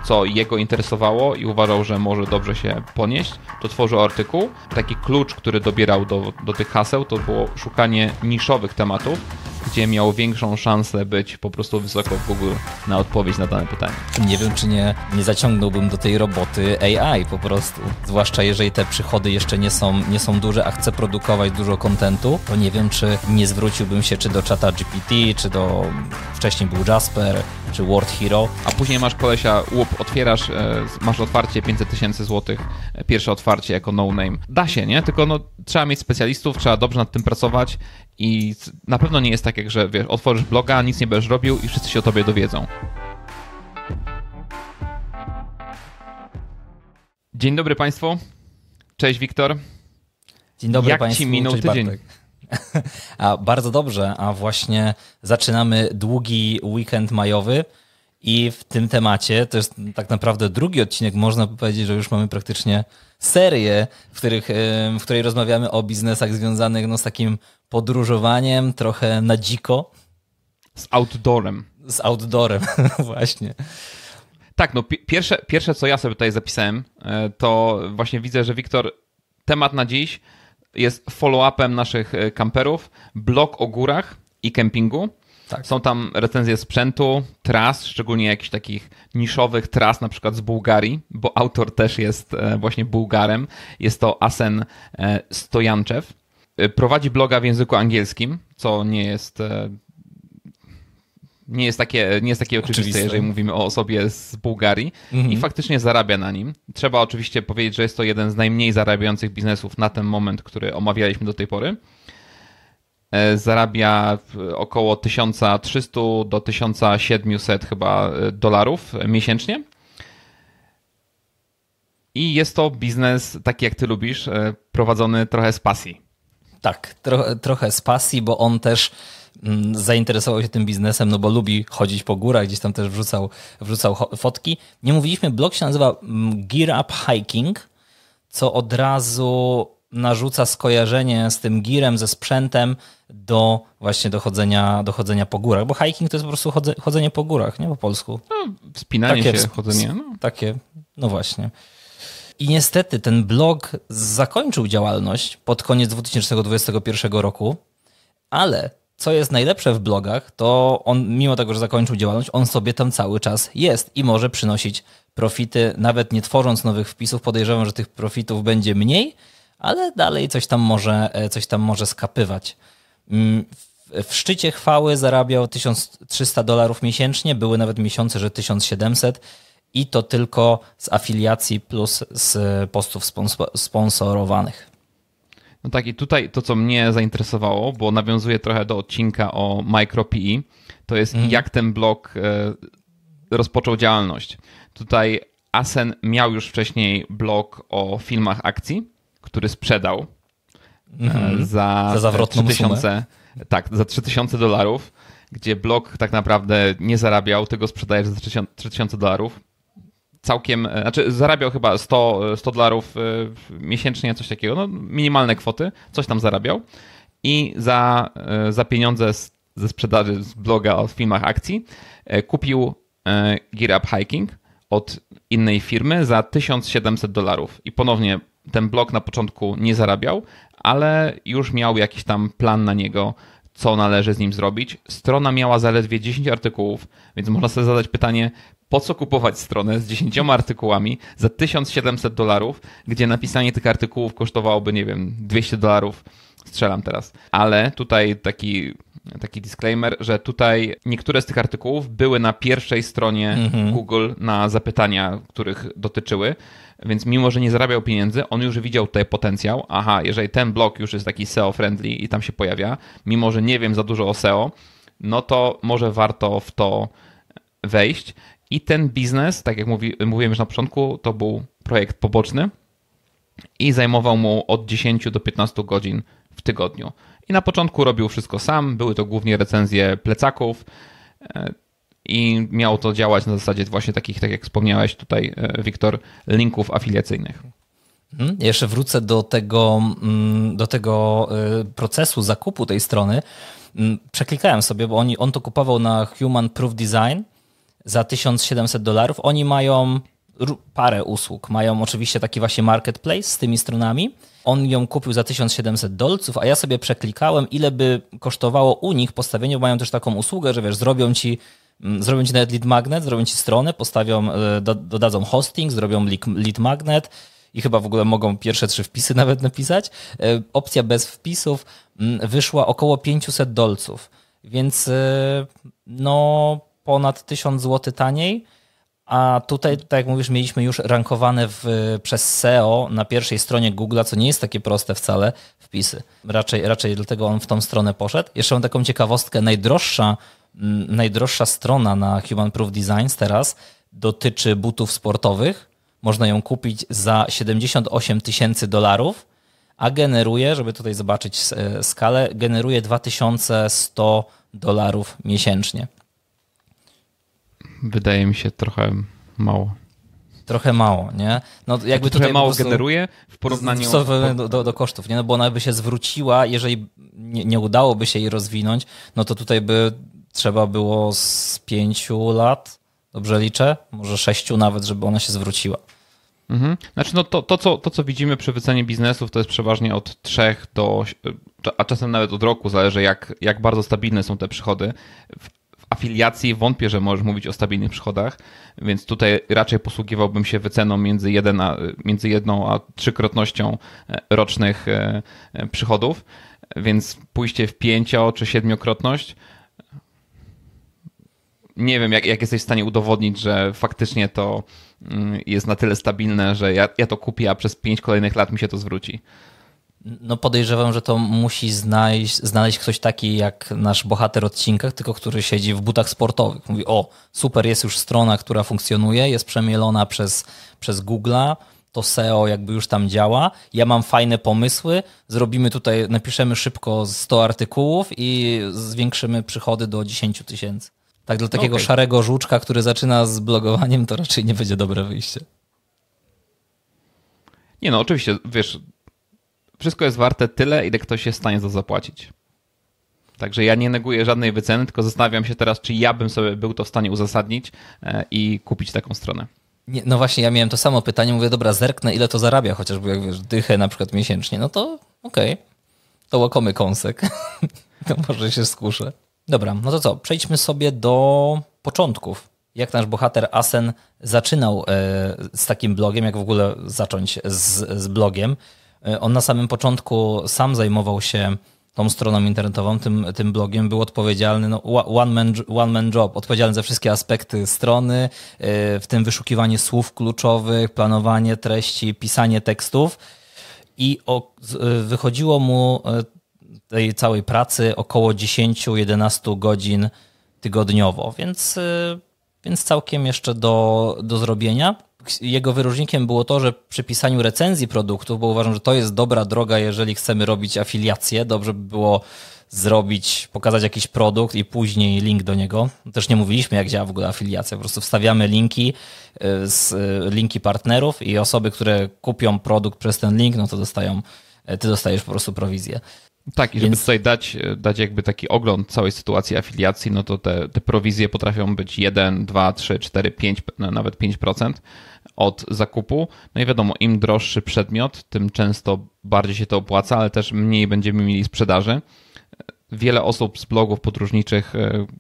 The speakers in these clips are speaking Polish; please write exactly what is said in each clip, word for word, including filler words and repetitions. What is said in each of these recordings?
co jego interesowało i uważał, że może dobrze się ponieść, to tworzył artykuł. Taki klucz, który dobierał do, do tych haseł, to było szukanie niszowych tematów, gdzie miał większą szansę być po prostu wysoko w Google na odpowiedź na dane pytanie. Nie wiem, czy nie, nie zaciągnąłbym do tej roboty A I po prostu. Zwłaszcza jeżeli te przychody jeszcze nie są, nie są duże, a chcę produkować dużo kontentu, to nie wiem, czy nie zwróciłbym się czy do czata G P T, czy do... wcześniej był Jasper, czy Word Hero. A później masz kolesia, łup, otwierasz, masz otwarcie pięćset tysięcy złotych, pierwsze otwarcie jako no-name. Da się, nie? Tylko no, trzeba mieć specjalistów, trzeba dobrze nad tym pracować i na pewno nie jest tak, jak że wiesz, otworzysz bloga, nic nie będziesz robił i wszyscy się o tobie dowiedzą. Dzień dobry Państwu. Cześć Wiktor. Dzień dobry jak Państwu. Jak Ci minął Cześć, tydzień? Bartek. A bardzo dobrze, a właśnie zaczynamy długi weekend majowy i w tym temacie, to jest tak naprawdę drugi odcinek, można powiedzieć, że już mamy praktycznie serię, w, których, w której rozmawiamy o biznesach związanych no, z takim podróżowaniem, trochę na dziko. Z outdoorem. Z outdoorem, właśnie. Tak, no pierwsze, pierwsze co ja sobie tutaj zapisałem, to właśnie widzę, że Wiktor, temat na dziś jest follow-upem naszych kamperów, blog o górach i kempingu. Tak. Są tam recenzje sprzętu, tras, szczególnie jakichś takich niszowych tras, na przykład z Bułgarii, bo autor też jest właśnie Bułgarem. Jest to Asen Stojanczew. Prowadzi bloga w języku angielskim, co nie jest... Nie jest takie, nie jest takie oczywiste, oczywiste, jeżeli mówimy o osobie z Bułgarii mhm. i faktycznie zarabia na nim. Trzeba oczywiście powiedzieć, że jest to jeden z najmniej zarabiających biznesów na ten moment, który omawialiśmy do tej pory. Zarabia około tysiąc trzysta do tysiąc siedemset chyba dolarów miesięcznie. I jest to biznes, taki jak ty lubisz, prowadzony trochę z pasji. Tak, tro, trochę z pasji, bo on też zainteresował się tym biznesem, no bo lubi chodzić po górach, gdzieś tam też wrzucał, wrzucał fotki. Nie mówiliśmy, blog się nazywa Gear Up Hiking, co od razu narzuca skojarzenie z tym gearem, ze sprzętem do właśnie do chodzenia, do chodzenia po górach, bo hiking to jest po prostu chodze, chodzenie po górach, nie po polsku. No, wspinanie takie, się, chodzenie. No. Takie, no właśnie. I niestety ten blog zakończył działalność pod koniec dwa tysiące dwudziestego pierwszego roku, ale co jest najlepsze w blogach, to on, mimo tego, że zakończył działalność, on sobie tam cały czas jest i może przynosić profity, nawet nie tworząc nowych wpisów. Podejrzewam, że tych profitów będzie mniej, ale dalej coś tam może, coś tam może skapywać. W, w szczycie chwały zarabiał tysiąc trzysta dolarów miesięcznie, były nawet miesiące, że tysiąc siedemset i to tylko z afiliacji plus z postów sponsorowanych. No tak, i tutaj to, co mnie zainteresowało, bo nawiązuje trochę do odcinka o MicroPE, to jest mm. jak ten blog rozpoczął działalność. Tutaj Asen miał już wcześniej blog o filmach akcji, który sprzedał mm. za, za zawrotną trzy tysiące, sumę. Tak, za trzy tysiące dolarów, gdzie blog tak naprawdę nie zarabiał, tego sprzedajesz za trzy tysiące dolarów. Całkiem, znaczy zarabiał chyba sto dolarów miesięcznie, coś takiego, no minimalne kwoty, coś tam zarabiał i za, za pieniądze z, ze sprzedaży z bloga o filmach akcji kupił Gear Up Hiking od innej firmy za tysiąc siedemset dolarów i ponownie ten blog na początku nie zarabiał, ale już miał jakiś tam plan na niego, co należy z nim zrobić. Strona miała zaledwie dziesięć artykułów, więc można sobie zadać pytanie, po co kupować stronę z dziesięcioma artykułami za tysiąc siedemset dolarów, gdzie napisanie tych artykułów kosztowałoby, nie wiem, dwieście dolarów, strzelam teraz. Ale tutaj taki, taki disclaimer, że tutaj niektóre z tych artykułów były na pierwszej stronie mhm. Google na zapytania, których dotyczyły, więc mimo, że nie zarabiał pieniędzy, on już widział tutaj potencjał. Aha, jeżeli ten blog już jest taki S E O-friendly i tam się pojawia, mimo, że nie wiem za dużo o S E O, no to może warto w to wejść. I ten biznes, tak jak mówi, mówiłem już na początku, to był projekt poboczny i zajmował mu od dziesięć do piętnastu godzin w tygodniu. I na początku robił wszystko sam, były to głównie recenzje plecaków i miało to działać na zasadzie właśnie takich, tak jak wspomniałeś tutaj, Wiktor, linków afiliacyjnych. Hmm, jeszcze wrócę do tego, do tego procesu zakupu tej strony. Przeklikałem sobie, bo on, on to kupował na Human Proof Design. za tysiąc siedemset dolarów. Oni mają parę usług. Mają oczywiście taki właśnie marketplace z tymi stronami. On ją kupił za tysiąc siedemset dolców, a ja sobie przeklikałem, ile by kosztowało u nich postawienie. Mają też taką usługę, że wiesz, zrobią ci, zrobią ci nawet lead magnet, zrobią ci stronę, postawią, do, dodadzą hosting, zrobią lead magnet i chyba w ogóle mogą pierwsze trzy wpisy nawet napisać. Opcja bez wpisów wyszła około pięćset dolców, więc no ponad tysiąc złotych taniej. A tutaj, tak jak mówisz, mieliśmy już rankowane w, przez S E O na pierwszej stronie Google'a, co nie jest takie proste wcale, wpisy. Raczej, raczej dlatego on w tą stronę poszedł. Jeszcze mam taką ciekawostkę. Najdroższa, najdroższa strona na Human Proof Designs teraz dotyczy butów sportowych. Można ją kupić za siedemdziesiąt osiem tysięcy dolarów, a generuje, żeby tutaj zobaczyć skalę, generuje dwa tysiące sto dolarów miesięcznie. Wydaje mi się trochę mało. Trochę mało, nie? No jakby trochę tutaj mało generuje w porównaniu do, do, do kosztów, nie? No bo ona by się zwróciła, jeżeli nie, nie udałoby się jej rozwinąć, no to tutaj by trzeba było z pięciu lat, dobrze liczę? Może sześciu nawet, żeby ona się zwróciła. Mhm. Znaczy no to, to, co, to, co widzimy przy wycenie biznesów, to jest przeważnie od trzech do, a czasem nawet od roku, zależy jak, jak bardzo stabilne są te przychody. W afiliacji wątpię, że możesz mówić o stabilnych przychodach, więc tutaj raczej posługiwałbym się wyceną między, jeden a, między jedną a trzykrotnością rocznych przychodów, więc pójście w pięcio czy siedmiokrotność, nie wiem jak, jak jesteś w stanie udowodnić, że faktycznie to jest na tyle stabilne, że ja, ja to kupię, a przez pięć kolejnych lat mi się to zwróci. No podejrzewam, że to musi znaleźć, znaleźć ktoś taki jak nasz bohater odcinka, tylko który siedzi w butach sportowych. Mówi, o super, jest już strona, która funkcjonuje, jest przemielona przez, przez Google'a, to S E O jakby już tam działa, ja mam fajne pomysły, zrobimy tutaj, napiszemy szybko sto artykułów i zwiększymy przychody do dziesięć tysięcy. Tak dla takiego okay. szarego żuczka, który zaczyna z blogowaniem, to raczej nie będzie dobre wyjście. Nie no, oczywiście, wiesz, wszystko jest warte tyle, ile ktoś jest w stanie za to zapłacić. Także ja nie neguję żadnej wyceny, tylko zastanawiam się teraz, czy ja bym sobie był to w stanie uzasadnić i kupić taką stronę. Nie, no właśnie, ja miałem to samo pytanie, mówię, dobra, zerknę, ile to zarabia, chociażby jak wiesz, dychę na przykład miesięcznie, no to okej, okay. To łakomy kąsek, to może się skuszę. Dobra, no to co, przejdźmy sobie do początków. Jak nasz bohater Asen zaczynał z takim blogiem, jak w ogóle zacząć z, z blogiem. On na samym początku sam zajmował się tą stroną internetową, tym, tym blogiem, był odpowiedzialny, no, one, man, one man job, odpowiedzialny za wszystkie aspekty strony, w tym wyszukiwanie słów kluczowych, planowanie treści, pisanie tekstów i o, wychodziło mu tej całej pracy około dziesięć do jedenastu godzin tygodniowo, więc, więc całkiem jeszcze do, do zrobienia. Jego wyróżnikiem było to, że przy pisaniu recenzji produktów, bo uważam, że to jest dobra droga, jeżeli chcemy robić afiliację, dobrze by było zrobić, pokazać jakiś produkt i później link do niego. Też nie mówiliśmy, jak działa w ogóle afiliacja, po prostu wstawiamy linki, z, linki partnerów i osoby, które kupią produkt przez ten link, no to dostają, ty dostajesz po prostu prowizję. Tak, i żeby Więc... tutaj dać, dać jakby taki ogląd całej sytuacji afiliacji, no to te, te prowizje potrafią być jeden, dwa, trzy, cztery, pięć, nawet pięć procent od zakupu. No i wiadomo, im droższy przedmiot, tym często bardziej się to opłaca, ale też mniej będziemy mieli sprzedaży. Wiele osób z blogów podróżniczych,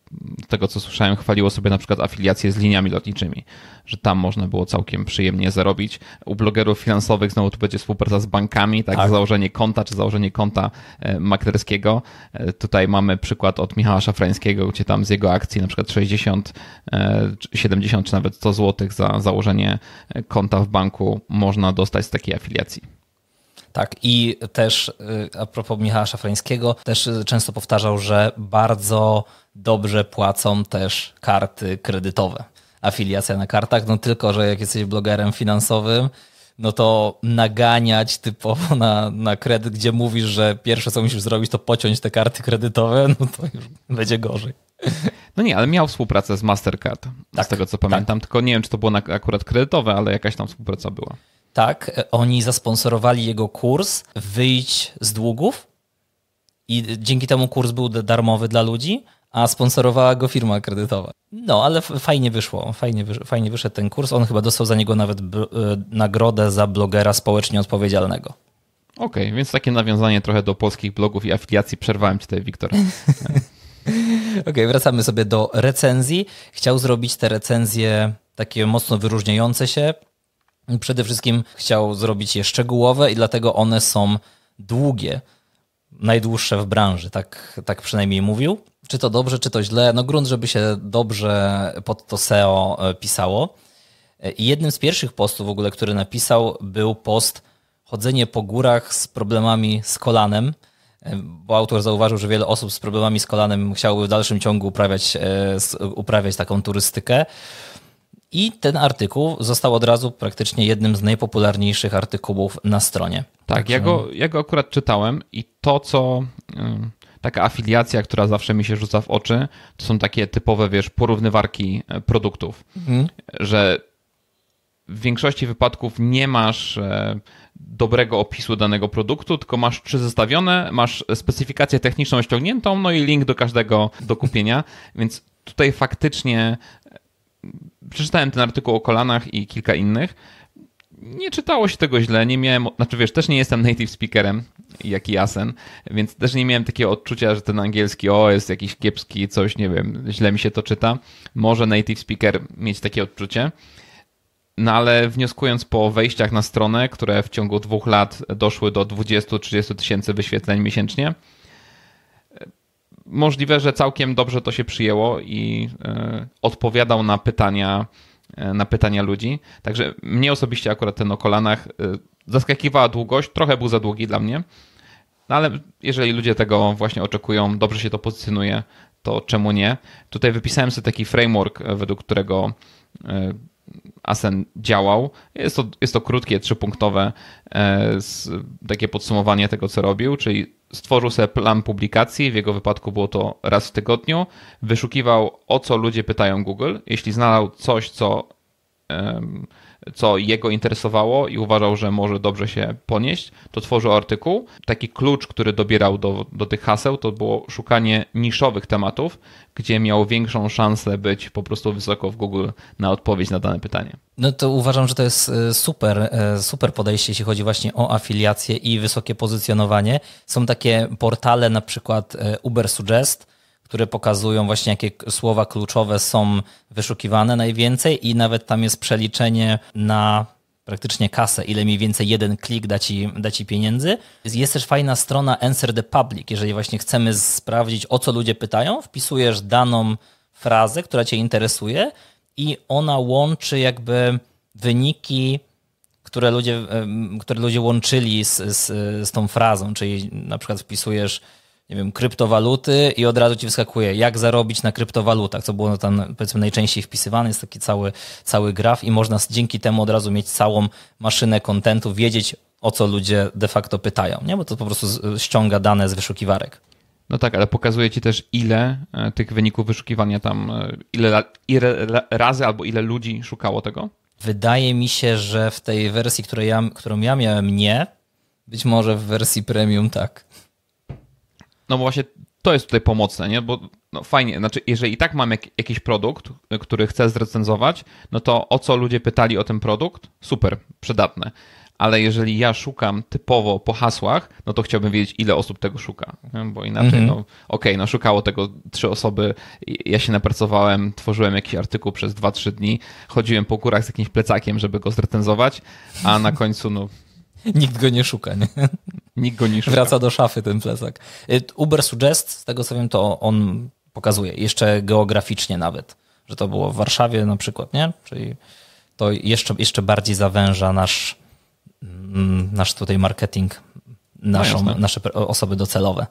z tego co słyszałem, chwaliło sobie na przykład afiliacje z liniami lotniczymi, że tam można było całkiem przyjemnie zarobić. U blogerów finansowych znowu tu będzie współpraca z bankami, tak, tak. Założenie konta czy założenie konta maklerskiego. Tutaj mamy przykład od Michała Szafrańskiego, gdzie tam z jego akcji na przykład sześćdziesiąt, siedemdziesiąt czy nawet sto złotych za założenie konta w banku można dostać z takiej afiliacji. Tak, i też a propos Michała Szafrańskiego, też często powtarzał, że bardzo dobrze płacą też karty kredytowe. Afiliacja na kartach, no tylko, że jak jesteś blogerem finansowym, no to naganiać typowo na, na kredyt, gdzie mówisz, że pierwsze co musisz zrobić, to pociąć te karty kredytowe, no to już będzie gorzej. No nie, ale miał współpracę z Mastercard, tak, z tego co pamiętam, tak. Tylko nie wiem, czy to było akurat kredytowe, ale jakaś tam współpraca była. Tak, oni zasponsorowali jego kurs Wyjdź z długów i dzięki temu kurs był darmowy dla ludzi, a sponsorowała go firma kredytowa. No, ale fajnie wyszło, fajnie, wysz, fajnie wyszedł ten kurs. On chyba dostał za niego nawet b- nagrodę za blogera społecznie odpowiedzialnego. Okej, okay, więc takie nawiązanie trochę do polskich blogów i afiliacji. Przerwałem ci tutaj, Wiktor. Okej, okay, wracamy sobie do recenzji. Chciał zrobić te recenzje takie mocno wyróżniające się. Przede wszystkim chciał zrobić je szczegółowe i dlatego one są długie. Najdłuższe w branży, tak, tak przynajmniej mówił. Czy to dobrze, czy to źle? No grunt, żeby się dobrze pod to S E O pisało. I jednym z pierwszych postów w ogóle, który napisał, był post chodzenie po górach z problemami z kolanem, bo autor zauważył, że wiele osób z problemami z kolanem chciałoby w dalszym ciągu uprawiać, uprawiać taką turystykę. I ten artykuł został od razu praktycznie jednym z najpopularniejszych artykułów na stronie. Tak, Także... ja, go, ja go akurat czytałem i to, co y, taka afiliacja, która zawsze mi się rzuca w oczy, to są takie typowe, wiesz, porównywarki produktów, mhm. że w większości wypadków nie masz e, dobrego opisu danego produktu, tylko masz trzy zestawione, masz specyfikację techniczną ściągniętą, no i link do każdego do kupienia, więc tutaj faktycznie przeczytałem ten artykuł o kolanach i kilka innych. Nie czytało się tego źle, nie miałem, znaczy wiesz, też nie jestem native speakerem, jak i Asen, więc też nie miałem takiego odczucia, że ten angielski o jest jakiś kiepski, coś, nie wiem, źle mi się to czyta. Może native speaker mieć takie odczucie. No ale wnioskując po wejściach na stronę, które w ciągu dwóch lat doszły do dwadzieścia do trzydziestu tysięcy wyświetleń miesięcznie, możliwe, że całkiem dobrze to się przyjęło i y, odpowiadał na pytania, y, na pytania ludzi. Także mnie osobiście akurat ten o kolanach y, zaskakiwała długość, trochę był za długi dla mnie, no ale jeżeli ludzie tego właśnie oczekują, dobrze się to pozycjonuje, to czemu nie? Tutaj wypisałem sobie taki framework, według którego y, Asen działał. Jest to, jest to krótkie, trzypunktowe e, z, takie podsumowanie tego, co robił, czyli stworzył sobie plan publikacji, w jego wypadku było to raz w tygodniu, wyszukiwał, o co ludzie pytają Google. Jeśli znalazł coś, co, e, co jego interesowało i uważał, że może dobrze się ponieść, to tworzył artykuł. Taki klucz, który dobierał do, do tych haseł, to było szukanie niszowych tematów, gdzie miał większą szansę być po prostu wysoko w Google na odpowiedź na dane pytanie. No to uważam, że to jest super, super podejście, jeśli chodzi właśnie o afiliację i wysokie pozycjonowanie. Są takie portale, na przykład Ubersuggest, które pokazują właśnie, jakie słowa kluczowe są wyszukiwane najwięcej i nawet tam jest przeliczenie na praktycznie kasę, ile mniej więcej jeden klik da ci, da ci pieniędzy. Jest też fajna strona Answer the Public, jeżeli właśnie chcemy sprawdzić, o co ludzie pytają, wpisujesz daną frazę, która cię interesuje i ona łączy jakby wyniki, które ludzie, które ludzie łączyli z, z, z tą frazą, czyli na przykład wpisujesz, nie wiem, kryptowaluty i od razu ci wyskakuje, jak zarobić na kryptowalutach, co było tam powiedzmy najczęściej wpisywane, jest taki cały, cały graf i można dzięki temu od razu mieć całą maszynę kontentu, wiedzieć, o co ludzie de facto pytają, nie? Bo to po prostu ściąga dane z wyszukiwarek. No tak, ale pokazuje ci też, ile tych wyników wyszukiwania tam, ile, ile razy albo ile ludzi szukało tego? Wydaje mi się, że w tej wersji, której ja, którą ja miałem, nie. Być może w wersji premium tak. No bo właśnie to jest tutaj pomocne, nie? Bo no fajnie, znaczy jeżeli i tak mam jak, jakiś produkt, który chcę zrecenzować, no to o co ludzie pytali o ten produkt? Super, przydatne. Ale jeżeli ja szukam typowo po hasłach, no to chciałbym wiedzieć, ile osób tego szuka. Bo inaczej, mm-hmm. no okej, okay, no szukało tego trzy osoby, ja się napracowałem, tworzyłem jakiś artykuł przez dwa trzy dni, chodziłem po górach z jakimś plecakiem, żeby go zrecenzować, a na końcu no... Nikt go nie szuka, nie? Nikt go nie szuka. Wraca do szafy ten plecak. Ubersuggest, z tego co wiem, to on pokazuje, jeszcze geograficznie nawet, że to było w Warszawie na przykład, nie? Czyli to jeszcze, jeszcze bardziej zawęża nasz nasz tutaj marketing, naszą, no nasze osoby docelowe.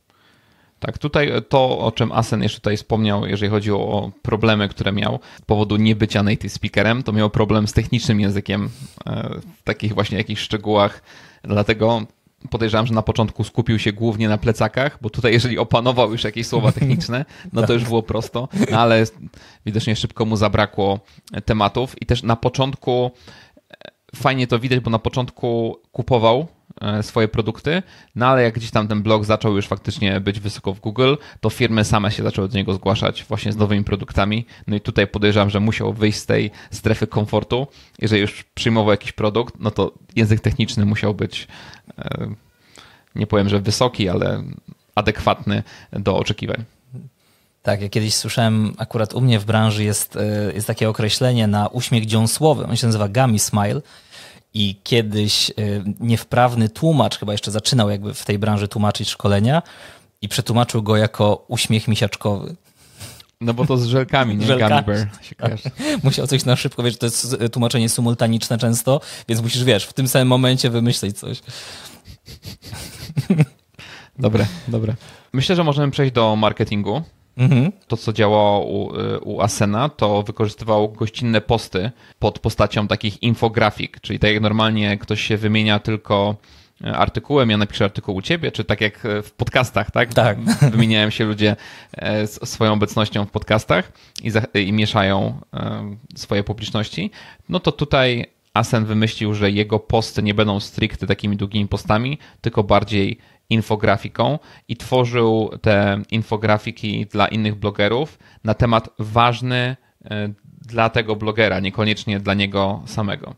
Tak, tutaj to, o czym Asen jeszcze tutaj wspomniał, jeżeli chodzi o problemy, które miał z powodu niebycia native speakerem, to miał problem z technicznym językiem w takich właśnie jakichś szczegółach, dlatego podejrzewam, że na początku skupił się głównie na plecakach, bo tutaj jeżeli opanował już jakieś słowa techniczne, no to już było prosto, no ale widocznie szybko mu zabrakło tematów i też na początku fajnie to widać, bo na początku kupował swoje produkty, no ale jak gdzieś tam ten blog zaczął już faktycznie być wysoko w Google, to firmy same się zaczęły do niego zgłaszać właśnie z nowymi produktami. No i tutaj podejrzewam, że musiał wyjść z tej strefy komfortu. Jeżeli już przyjmował jakiś produkt, no to język techniczny musiał być, nie powiem, że wysoki, ale adekwatny do oczekiwań. Tak, ja kiedyś słyszałem, akurat u mnie w branży jest, jest takie określenie na uśmiech dziąsłowy, on się nazywa gummy smile i kiedyś niewprawny tłumacz chyba jeszcze zaczynał jakby w tej branży tłumaczyć szkolenia i przetłumaczył go jako uśmiech misiaczkowy. No bo to z żelkami, nie? Żelkami. Gummy bear się kojarzy. Musiał coś na szybko, wiesz, to jest tłumaczenie symultaniczne często, więc musisz, wiesz, w tym samym momencie wymyśleć coś. Dobre, dobre. Myślę, że możemy przejść do marketingu. Mhm. To, co działało u, u Ascena, to wykorzystywał gościnne posty pod postacią takich infografik, czyli tak jak normalnie ktoś się wymienia tylko artykułem, ja napiszę artykuł u ciebie, czy tak jak w podcastach, tak? Tak. Wymieniają się ludzie swoją obecnością w podcastach i, za, i mieszają swoje publiczności. No to tutaj Ascen wymyślił, że jego posty nie będą stricte takimi długimi postami, tylko bardziej infografiką i tworzył te infografiki dla innych blogerów na temat ważny dla tego blogera, niekoniecznie dla niego samego.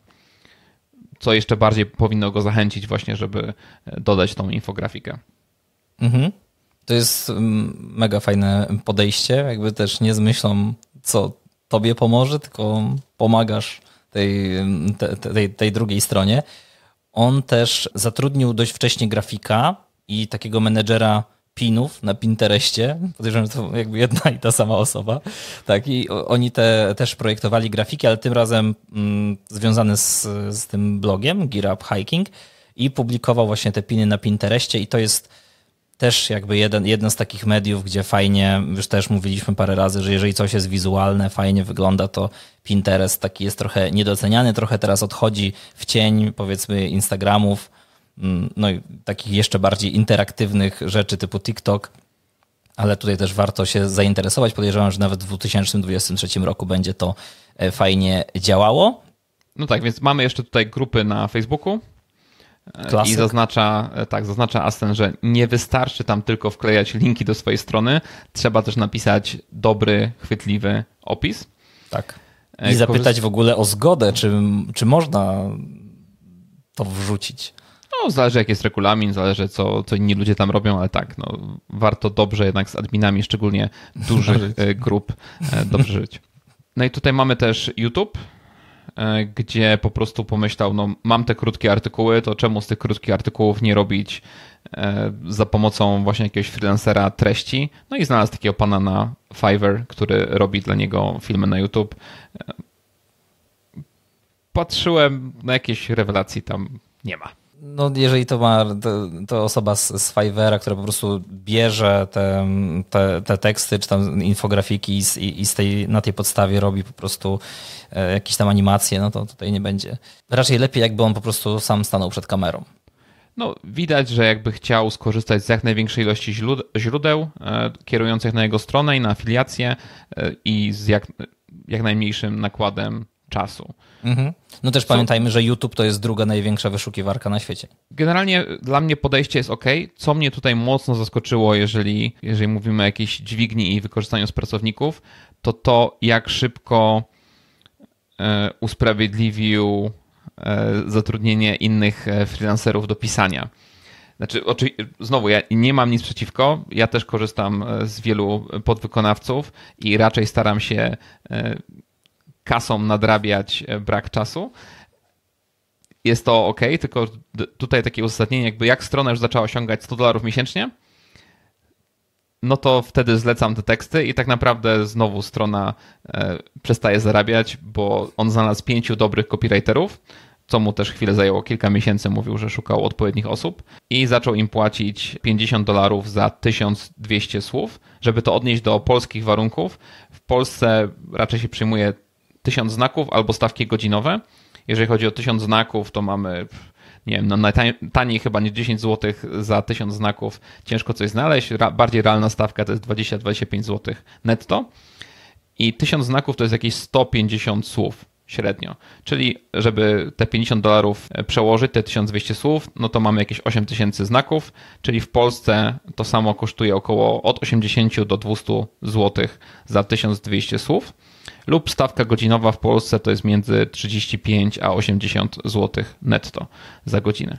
Co jeszcze bardziej powinno go zachęcić właśnie, żeby dodać tą infografikę. Mhm. To jest mega fajne podejście, jakby też nie z myślą, co tobie pomoże, tylko pomagasz tej, tej, tej drugiej stronie. On też zatrudnił dość wcześnie grafika i takiego menedżera pinów na Pinterestie. Podejrzewam, że to jakby jedna i ta sama osoba. Tak, i oni te, też projektowali grafiki, ale tym razem mm, związane z, z tym blogiem Gear Up Hiking i publikował właśnie te piny na Pinterestie i to jest też jakby jeden, jedno z takich mediów, gdzie fajnie, już też mówiliśmy parę razy, że jeżeli coś jest wizualne, fajnie wygląda, to Pinterest taki jest trochę niedoceniany, trochę teraz odchodzi w cień, powiedzmy, Instagramów, no i takich jeszcze bardziej interaktywnych rzeczy typu TikTok, ale tutaj też warto się zainteresować. Podejrzewam, że nawet w dwa tysiące dwudziestym trzecim roku będzie to fajnie działało. No tak, więc mamy jeszcze tutaj grupy na Facebooku. Klasyk. I zaznacza, tak, zaznacza Ascen, że nie wystarczy tam tylko wklejać linki do swojej strony, trzeba też napisać dobry, chwytliwy opis. Tak. I zapytać w ogóle o zgodę, czy, czy można to wrzucić. No, zależy jaki jest regulamin, zależy co, co inni ludzie tam robią, ale tak, no, warto dobrze jednak z adminami, szczególnie dużych grup, dobrze żyć. No i tutaj mamy też YouTube, gdzie po prostu pomyślał, no mam te krótkie artykuły, to czemu z tych krótkich artykułów nie robić za pomocą właśnie jakiegoś freelancera treści. No i znalazł takiego pana na Fiverr, który robi dla niego filmy na YouTube. Patrzyłem, na jakieś rewelacji tam nie ma. No jeżeli to ma to, to osoba z, z Fiverra, która po prostu bierze te, te, te teksty czy tam infografiki i, z, i z tej, na tej podstawie robi po prostu e, jakieś tam animacje, no to tutaj nie będzie. Raczej lepiej jakby on po prostu sam stanął przed kamerą. No widać, że jakby chciał skorzystać z jak największej ilości źródeł e, kierujących na jego stronę i na afiliację e, i z jak, jak najmniejszym nakładem czasu. Mhm. No też pamiętajmy, że YouTube to jest druga największa wyszukiwarka na świecie. Generalnie dla mnie podejście jest ok. Co mnie tutaj mocno zaskoczyło, jeżeli, jeżeli mówimy o jakiejś dźwigni i wykorzystaniu z pracowników, to to, jak szybko e, usprawiedliwił e, zatrudnienie innych freelancerów do pisania. Znaczy, oczywiście, znowu, ja nie mam nic przeciwko. Ja też korzystam z wielu podwykonawców i raczej staram się e, kasą nadrabiać brak czasu. Jest to ok, tylko tutaj takie uzasadnienie, jakby jak strona już zaczęła osiągać sto dolarów miesięcznie, no to wtedy zlecam te teksty i tak naprawdę znowu strona e, przestaje zarabiać, bo on znalazł pięciu dobrych copywriterów, co mu też chwilę zajęło, kilka miesięcy, mówił, że szukał odpowiednich osób i zaczął im płacić pięćdziesiąt dolarów za tysiąc dwieście słów, żeby to odnieść do polskich warunków. W Polsce raczej się przyjmuje tysiąc znaków albo stawki godzinowe. Jeżeli chodzi o tysiąc znaków, to mamy, nie wiem, no najtaniej chyba nie dziesięć złotych za tysiąc znaków. Ciężko coś znaleźć. Bardziej realna stawka to jest dwadzieścia do dwudziestu pięciu złotych netto. I tysiąc znaków to jest jakieś sto pięćdziesiąt słów średnio. Czyli żeby te pięćdziesiąt dolarów przełożyć, te tysiąc dwieście słów, no to mamy jakieś osiem tysięcy znaków, czyli w Polsce to samo kosztuje około od osiemdziesiąt do dwieście złotych za tysiąc dwieście słów. Lub stawka godzinowa w Polsce to jest między trzydzieści pięć a osiemdziesiąt złotych netto za godzinę.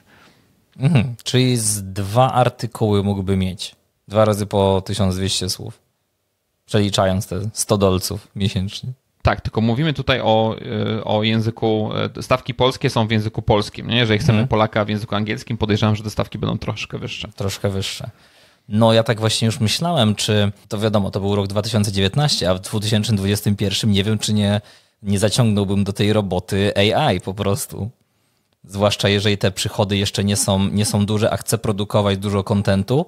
Mhm, czyli z dwa artykuły mógłby mieć. Dwa razy po tysiąc dwieście słów. Przeliczając te sto dolców miesięcznie. Tak, tylko mówimy tutaj o, o języku, stawki polskie są w języku polskim. Nie? Jeżeli chcemy hmm. Polaka w języku angielskim, podejrzewam, że te stawki będą troszkę wyższe. Troszkę wyższe. No ja tak właśnie już myślałem, czy to wiadomo, to był rok dwa tysiące dziewiętnasty, a w dwa tysiące dwudziestym pierwszym nie wiem, czy nie, nie zaciągnąłbym do tej roboty A I po prostu. Zwłaszcza jeżeli te przychody jeszcze nie są, nie są duże, a chcę produkować dużo kontentu,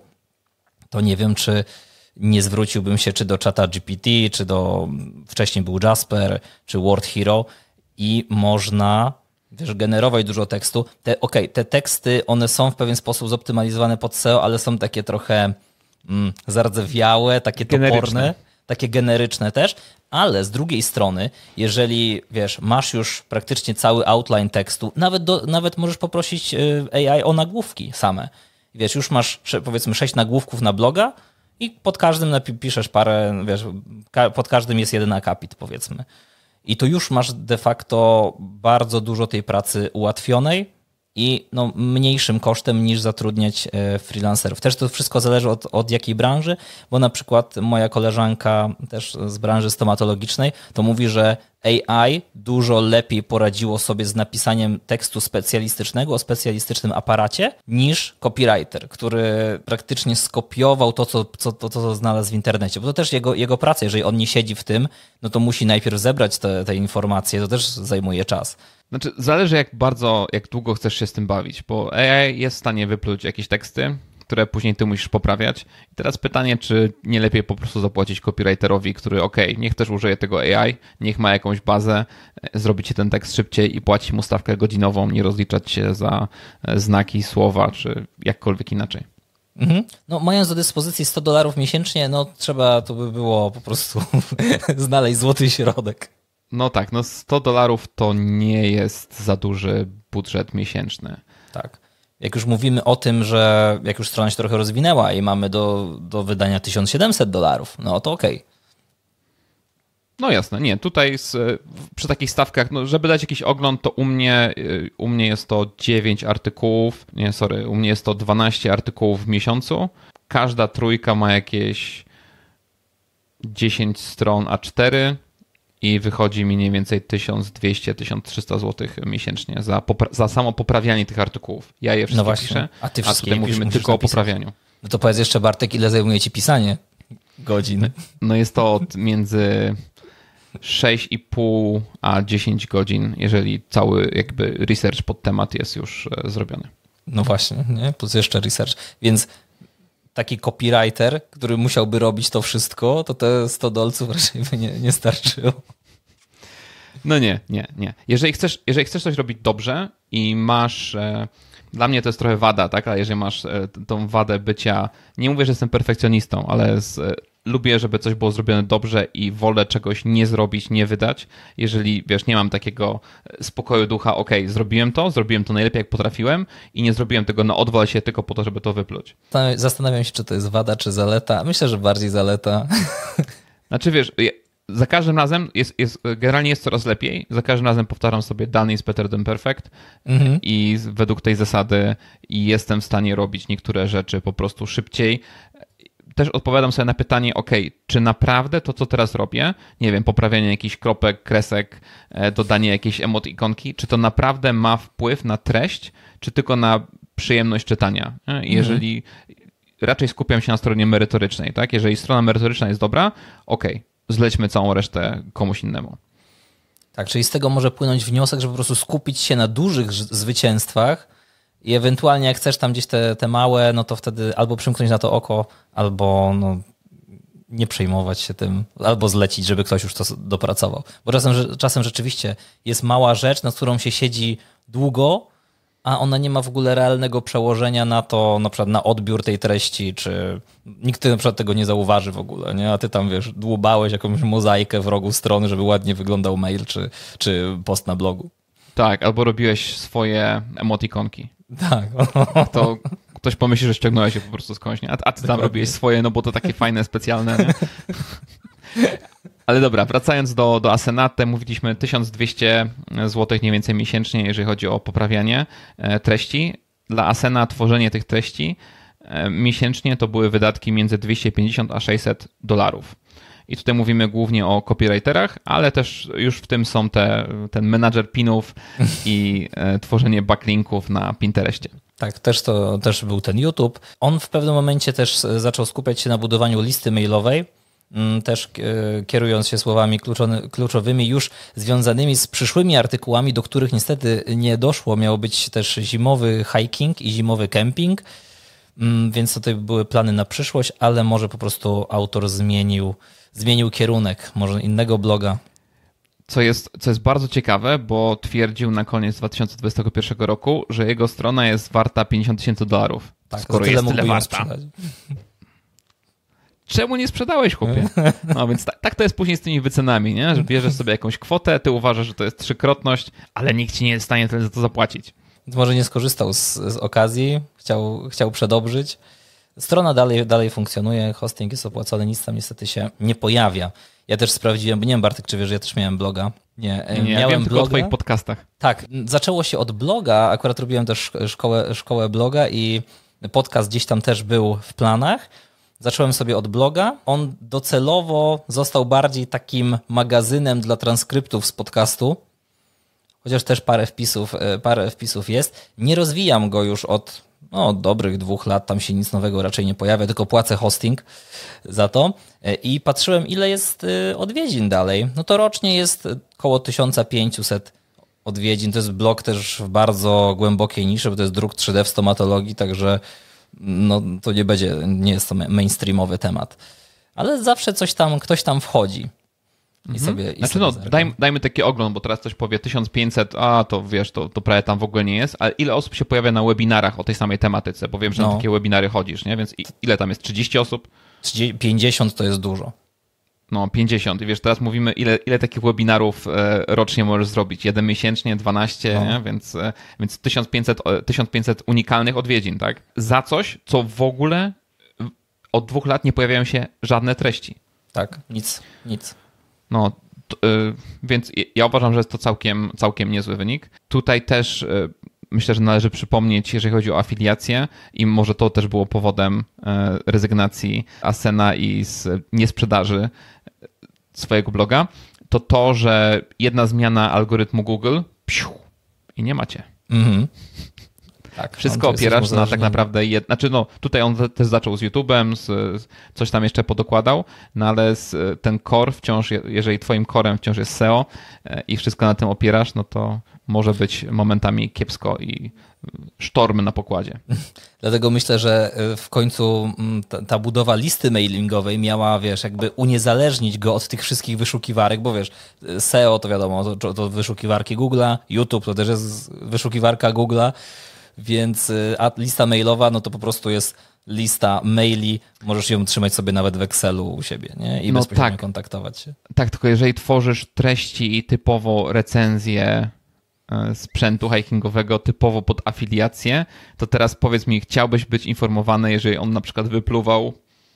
to nie wiem, czy nie zwróciłbym się czy do czata G P T, czy do, wcześniej był Jasper, czy Word Hero i można, wiesz, generować dużo tekstu. Te, okej, te teksty, one są w pewien sposób zoptymalizowane pod S E O, ale są takie trochę mm, zardzewiałe, takie generyczne. toporne, takie generyczne też, ale z drugiej strony, jeżeli, wiesz, masz już praktycznie cały outline tekstu, nawet, do, nawet możesz poprosić A I o nagłówki same. Wiesz, już masz, powiedzmy, sześć nagłówków na bloga, i pod każdym napiszesz parę, wiesz, pod każdym jest jeden akapit, powiedzmy. I to już masz de facto bardzo dużo tej pracy ułatwionej i no, mniejszym kosztem niż zatrudniać freelancerów. Też to wszystko zależy od, od jakiej branży, bo na przykład moja koleżanka też z branży stomatologicznej to mówi, że A I dużo lepiej poradziło sobie z napisaniem tekstu specjalistycznego o specjalistycznym aparacie niż copywriter, który praktycznie skopiował to, co, co, to, co znalazł w internecie. Bo to też jego, jego praca, jeżeli on nie siedzi w tym, no to musi najpierw zebrać te, te informacje, to też zajmuje czas. Znaczy, zależy jak bardzo, jak długo chcesz się z tym bawić, bo A I jest w stanie wypluć jakieś teksty, które później ty musisz poprawiać. I teraz pytanie, czy nie lepiej po prostu zapłacić copywriterowi, który okej, okay, niech też użyje tego A I, niech ma jakąś bazę, zrobi ci ten tekst szybciej i płaci mu stawkę godzinową, nie rozliczać się za znaki, słowa, czy jakkolwiek inaczej. Mhm. No, mając do dyspozycji sto dolarów miesięcznie, no trzeba, to by było po prostu znaleźć złoty środek. No tak, no sto dolarów to nie jest za duży budżet miesięczny. Tak. Jak już mówimy o tym, że jak już strona się trochę rozwinęła i mamy do, do wydania tysiąc siedemset dolarów, no to okej. Okay. No jasne, nie, tutaj z, przy takich stawkach, no żeby dać jakiś ogląd, to u mnie, u mnie jest to dziewięć artykułów, nie, sorry, u mnie jest to dwanaście artykułów w miesiącu. Każda trójka ma jakieś dziesięć stron A cztery i wychodzi mi mniej więcej tysiąc dwieście do tysiąc trzysta złotych miesięcznie za, popra- za samo poprawianie tych artykułów. Ja je wszystkie no właśnie. piszę, a, ty a tutaj mówimy tylko napisać. o poprawianiu. No to powiedz jeszcze, Bartek, ile zajmuje ci pisanie godzin? No jest to od między sześć i pół a dziesięć godzin, jeżeli cały jakby research pod temat jest już zrobiony. No właśnie, nie? Plus jeszcze research. Więc taki copywriter, który musiałby robić to wszystko, to te sto dolców raczej by nie, nie starczyło. No nie, nie, nie. Jeżeli chcesz, jeżeli chcesz coś robić dobrze i masz... E, dla mnie to jest trochę wada, tak? Ale jeżeli masz e, tą wadę bycia... Nie mówię, że jestem perfekcjonistą, ale z, e, lubię, żeby coś było zrobione dobrze i wolę czegoś nie zrobić, nie wydać. Jeżeli, wiesz, nie mam takiego spokoju ducha, okej, okay, zrobiłem to, zrobiłem to najlepiej, jak potrafiłem i nie zrobiłem tego na odwal się tylko po to, żeby to wypluć. Zastanawiam się, czy to jest wada, czy zaleta. Myślę, że bardziej zaleta. Znaczy, wiesz... Za każdym razem jest, jest, generalnie jest coraz lepiej. Za każdym razem powtarzam sobie done is better than perfect mhm. i według tej zasady jestem w stanie robić niektóre rzeczy po prostu szybciej. Też odpowiadam sobie na pytanie, ok, czy naprawdę to, co teraz robię, nie wiem, poprawianie jakichś kropek, kresek, dodanie jakiejś emot ikonki, czy to naprawdę ma wpływ na treść, czy tylko na przyjemność czytania? Jeżeli mhm. raczej skupiam się na stronie merytorycznej, tak? Jeżeli strona merytoryczna jest dobra, ok, zlećmy całą resztę komuś innemu. Tak, czyli z tego może płynąć wniosek, żeby po prostu skupić się na dużych zwycięstwach i ewentualnie jak chcesz tam gdzieś te, te małe, no to wtedy albo przymknąć na to oko, albo no, nie przejmować się tym, albo zlecić, żeby ktoś już to dopracował. Bo czasem, czasem rzeczywiście jest mała rzecz, nad którą się siedzi długo a ona nie ma w ogóle realnego przełożenia na to, na przykład na odbiór tej treści, czy nikt na przykład tego nie zauważy w ogóle, nie? A ty tam, wiesz, dłubałeś jakąś mozaikę w rogu strony, żeby ładnie wyglądał mail, czy, czy post na blogu. Tak, albo robiłeś swoje emotikonki. Tak. To ktoś pomyśli, że ściągnąłeś je po prostu skądś, nie? A, a ty tam Dokładnie. robiłeś swoje, no bo to takie fajne, specjalne, nie? Ale dobra, wracając do, do Asenate, mówiliśmy tysiąc dwieście złotych mniej więcej miesięcznie, jeżeli chodzi o poprawianie treści. Dla Asena tworzenie tych treści miesięcznie to były wydatki między dwieście pięćdziesiąt a sześćset dolarów. I tutaj mówimy głównie o copywriterach, ale też już w tym są te, ten menadżer pinów i tworzenie backlinków na Pinterestie. Tak, też to też był ten YouTube. On w pewnym momencie też zaczął skupiać się na budowaniu listy mailowej, też kierując się słowami kluczowymi już związanymi z przyszłymi artykułami, do których niestety nie doszło. Miał być też zimowy hiking i zimowy camping, więc tutaj były plany na przyszłość, ale może po prostu autor zmienił, zmienił kierunek, może innego bloga. Co jest, co jest bardzo ciekawe, bo twierdził na koniec dwa tysiące dwudziestego pierwszego roku, że jego strona jest warta pięćdziesiąt tysięcy dolarów. Tak, skoro tyle jest tyle warta. Sprzedać. Czemu nie sprzedałeś, chłopie? No więc tak, tak to jest później z tymi wycenami, nie? Że bierzesz sobie jakąś kwotę, ty uważasz, że to jest trzykrotność, ale nikt ci nie jest w stanie tyle za to zapłacić. Więc może nie skorzystał z, z okazji, chciał, chciał przedobrzyć. Strona dalej, dalej funkcjonuje, hosting jest opłacony, nic tam niestety się nie pojawia. Ja też sprawdziłem, bo nie wiem, Bartek, czy wiesz, że ja też miałem bloga. Nie, nie miałem wiem bloga. tylko o twoich podcastach. Tak, zaczęło się od bloga, akurat robiłem też szkołę, szkołę bloga i podcast gdzieś tam też był w planach. Zacząłem sobie od bloga. On docelowo został bardziej takim magazynem dla transkryptów z podcastu, chociaż też parę wpisów, parę wpisów jest. Nie rozwijam go już od no, dobrych dwóch lat, tam się nic nowego raczej nie pojawia, tylko płacę hosting za to. I patrzyłem, ile jest odwiedzin dalej. No to rocznie jest około tysiąc pięćset odwiedzin. To jest blog też w bardzo głębokiej niszy, bo to jest druk trzy D w stomatologii, także no, to nie będzie, nie jest to mainstreamowy temat. Ale zawsze coś tam, ktoś tam wchodzi. I mhm. sobie, i znaczy sobie no, daj, dajmy taki ogląd, bo teraz ktoś powie tysiąc pięćset, a to wiesz, to, to prawie tam w ogóle nie jest, ale ile osób się pojawia na webinarach o tej samej tematyce, bo wiem, że no. na takie webinary chodzisz, nie? Więc ile tam jest? trzydzieści osób? pięćdziesiąt to jest dużo. No, pięćdziesiąt. I wiesz, teraz mówimy, ile, ile takich webinarów rocznie możesz zrobić? Jeden miesięcznie, dwanaście, no. nie? Więc, więc tysiąc pięćset, tysiąc pięćset unikalnych odwiedzin, tak? Za coś, co w ogóle od dwóch lat nie pojawiają się żadne treści. Tak, nic, nic. No, to, y, więc ja uważam, że jest to całkiem, całkiem niezły wynik. Tutaj też y, myślę, że należy przypomnieć, jeżeli chodzi o afiliację i może to też było powodem y, rezygnacji Asena i z niesprzedaży swojego bloga, to to, że jedna zmiana algorytmu Google psiu, i nie macie. Mhm. Tak, wszystko opierasz na tak naprawdę, jed... znaczy no tutaj on też zaczął z YouTube'em, z, z coś tam jeszcze podokładał, no ale z, ten core wciąż, jeżeli twoim corem wciąż jest S E O i wszystko na tym opierasz, no to może być momentami kiepsko i sztormy na pokładzie. Dlatego myślę, że w końcu ta, ta budowa listy mailingowej miała, wiesz, jakby uniezależnić go od tych wszystkich wyszukiwarek, bo wiesz, S E O to wiadomo, to, to wyszukiwarki Google'a, YouTube to też jest wyszukiwarka Google'a, więc a lista mailowa, no to po prostu jest lista maili, możesz ją trzymać sobie nawet w Excelu u siebie, nie? I no bezpośrednio tak. kontaktować się. Tak, tylko jeżeli tworzysz treści i typowo recenzje sprzętu hikingowego, typowo pod afiliację, to teraz powiedz mi, chciałbyś być informowany, jeżeli on na przykład wypluwał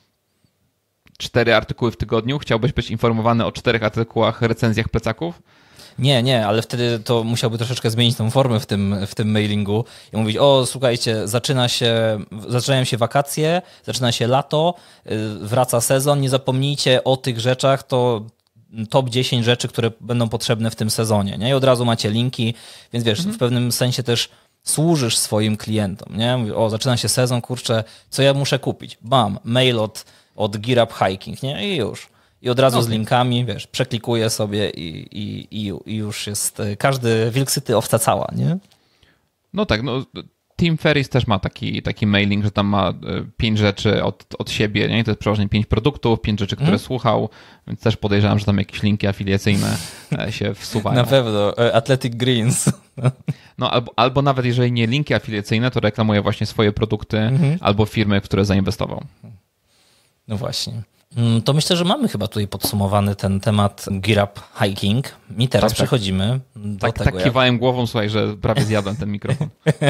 cztery artykuły w tygodniu, chciałbyś być informowany o czterech artykułach, recenzjach plecaków? Nie, nie, ale wtedy to musiałby troszeczkę zmienić tą formę w tym, w tym mailingu i mówić, o słuchajcie, zaczyna się, zaczynają się wakacje, zaczyna się lato, wraca sezon, nie zapomnijcie o tych rzeczach, to top dziesięć rzeczy, które będą potrzebne w tym sezonie, nie? I od razu macie linki, więc wiesz, mhm. w pewnym sensie też służysz swoim klientom, nie? Mówisz, o, zaczyna się sezon, kurczę, co ja muszę kupić? Bam, mail od, od Gear Up Hiking, nie? I już. I od razu okay. z linkami, wiesz, przeklikuję sobie i, i, i, i już jest każdy wilk syty, owca cała, nie? No tak, no Tim Ferriss też ma taki, taki mailing, że tam ma pięć rzeczy od, od siebie, nie? To jest przeważnie pięć produktów, pięć rzeczy, które hmm. słuchał, więc też podejrzewam, że tam jakieś linki afiliacyjne się wsuwają. Na pewno. Athletic Greens. No albo, albo nawet jeżeli nie linki afiliacyjne, to reklamuje właśnie swoje produkty mhm. albo firmy, w które zainwestował. No właśnie. To myślę, że mamy chyba tutaj podsumowany ten temat gear up hiking i teraz tak, przechodzimy tak. do tak, tego. Tak kiwałem jak... głową, słuchaj, że prawie zjadłem ten mikrofon.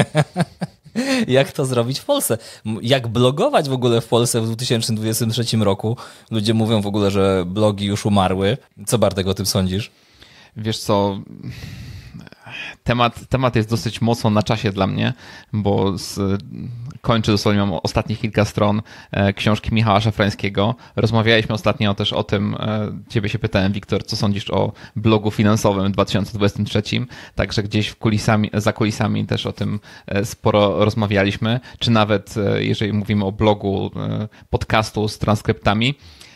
Jak to zrobić w Polsce? Jak blogować w ogóle w Polsce w dwa tysiące dwudziestym trzecim roku? Ludzie mówią w ogóle, że blogi już umarły. Co, Bartek, o tym sądzisz? Wiesz co... Temat, temat jest dosyć mocno na czasie dla mnie, bo z, kończę dosłownie, mam ostatnich kilka stron e, książki Michała Szafrańskiego. Rozmawialiśmy ostatnio też o tym, e, ciebie się pytałem, Wiktor, co sądzisz o blogu finansowym w dwa tysiące dwudziestym trzecim, także gdzieś w kulisami, za kulisami też o tym e, sporo rozmawialiśmy, czy nawet e, jeżeli mówimy o blogu e, podcastu z transkryptami.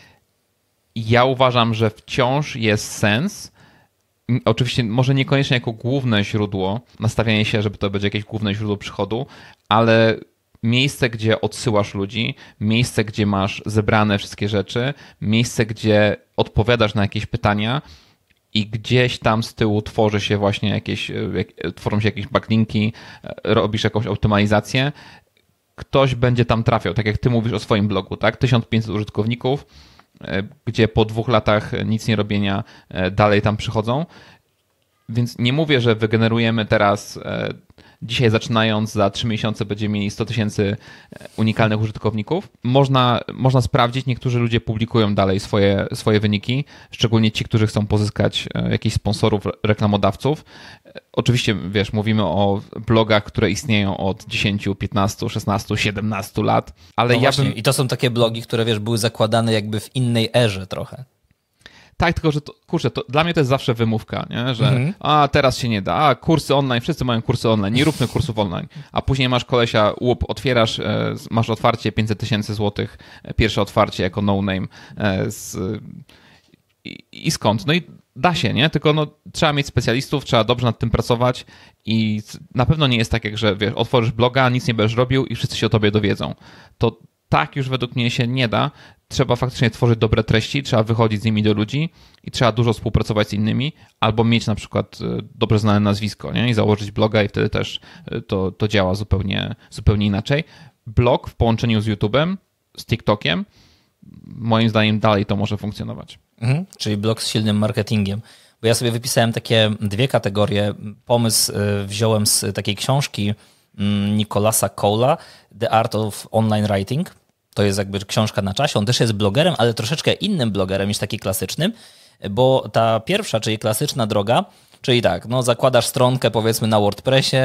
Ja uważam, że wciąż jest sens. Oczywiście może niekoniecznie jako główne źródło, nastawianie się, żeby to będzie jakieś główne źródło przychodu, ale miejsce, gdzie odsyłasz ludzi, miejsce, gdzie masz zebrane wszystkie rzeczy, miejsce, gdzie odpowiadasz na jakieś pytania i gdzieś tam z tyłu tworzy się właśnie jakieś, tworzą się jakieś backlinki, robisz jakąś optymalizację, ktoś będzie tam trafiał, tak jak ty mówisz o swoim blogu, tak? tysiąc pięćset użytkowników, gdzie po dwóch latach nic nie robienia dalej tam przychodzą. Więc nie mówię, że wygenerujemy teraz, dzisiaj zaczynając, za trzy miesiące będziemy mieli sto tysięcy unikalnych użytkowników. Można, można sprawdzić, niektórzy ludzie publikują dalej swoje, swoje wyniki, szczególnie ci, którzy chcą pozyskać jakichś sponsorów, reklamodawców. Oczywiście, wiesz, mówimy o blogach, które istnieją od dziesięć, piętnaście, szesnaście, siedemnaście lat, ale no ja właśnie. bym... I to są takie blogi, które, wiesz, były zakładane jakby w innej erze trochę. Tak, tylko że to, kurczę, to dla mnie to jest zawsze wymówka, nie? Że mhm. a teraz się nie da, a kursy online, wszyscy mają kursy online, nie róbmy kursów online, a później masz kolesia, łup, otwierasz, masz otwarcie pięćset tysięcy złotych, pierwsze otwarcie jako no name z, i, i skąd? No i da się, nie? Tylko no, trzeba mieć specjalistów, trzeba dobrze nad tym pracować i na pewno nie jest tak, jak że wiesz, otworzysz bloga, nic nie będziesz robił i wszyscy się o tobie dowiedzą. To tak już według mnie się nie da. Trzeba faktycznie tworzyć dobre treści, trzeba wychodzić z nimi do ludzi i trzeba dużo współpracować z innymi, albo mieć na przykład dobrze znane nazwisko, nie? I założyć bloga i wtedy też to, to działa zupełnie, zupełnie inaczej. Blog w połączeniu z YouTube'em, z TikTokiem, moim zdaniem dalej to może funkcjonować. Mhm, czyli blog z silnym marketingiem. Bo ja sobie wypisałem takie dwie kategorie. Pomysł wziąłem z takiej książki Nicolasa Cole'a, The Art of Online Writing. To jest jakby książka na czasie. On też jest blogerem, ale troszeczkę innym blogerem niż taki klasycznym, bo ta pierwsza, czyli klasyczna droga, czyli tak, no zakładasz stronkę powiedzmy na WordPressie,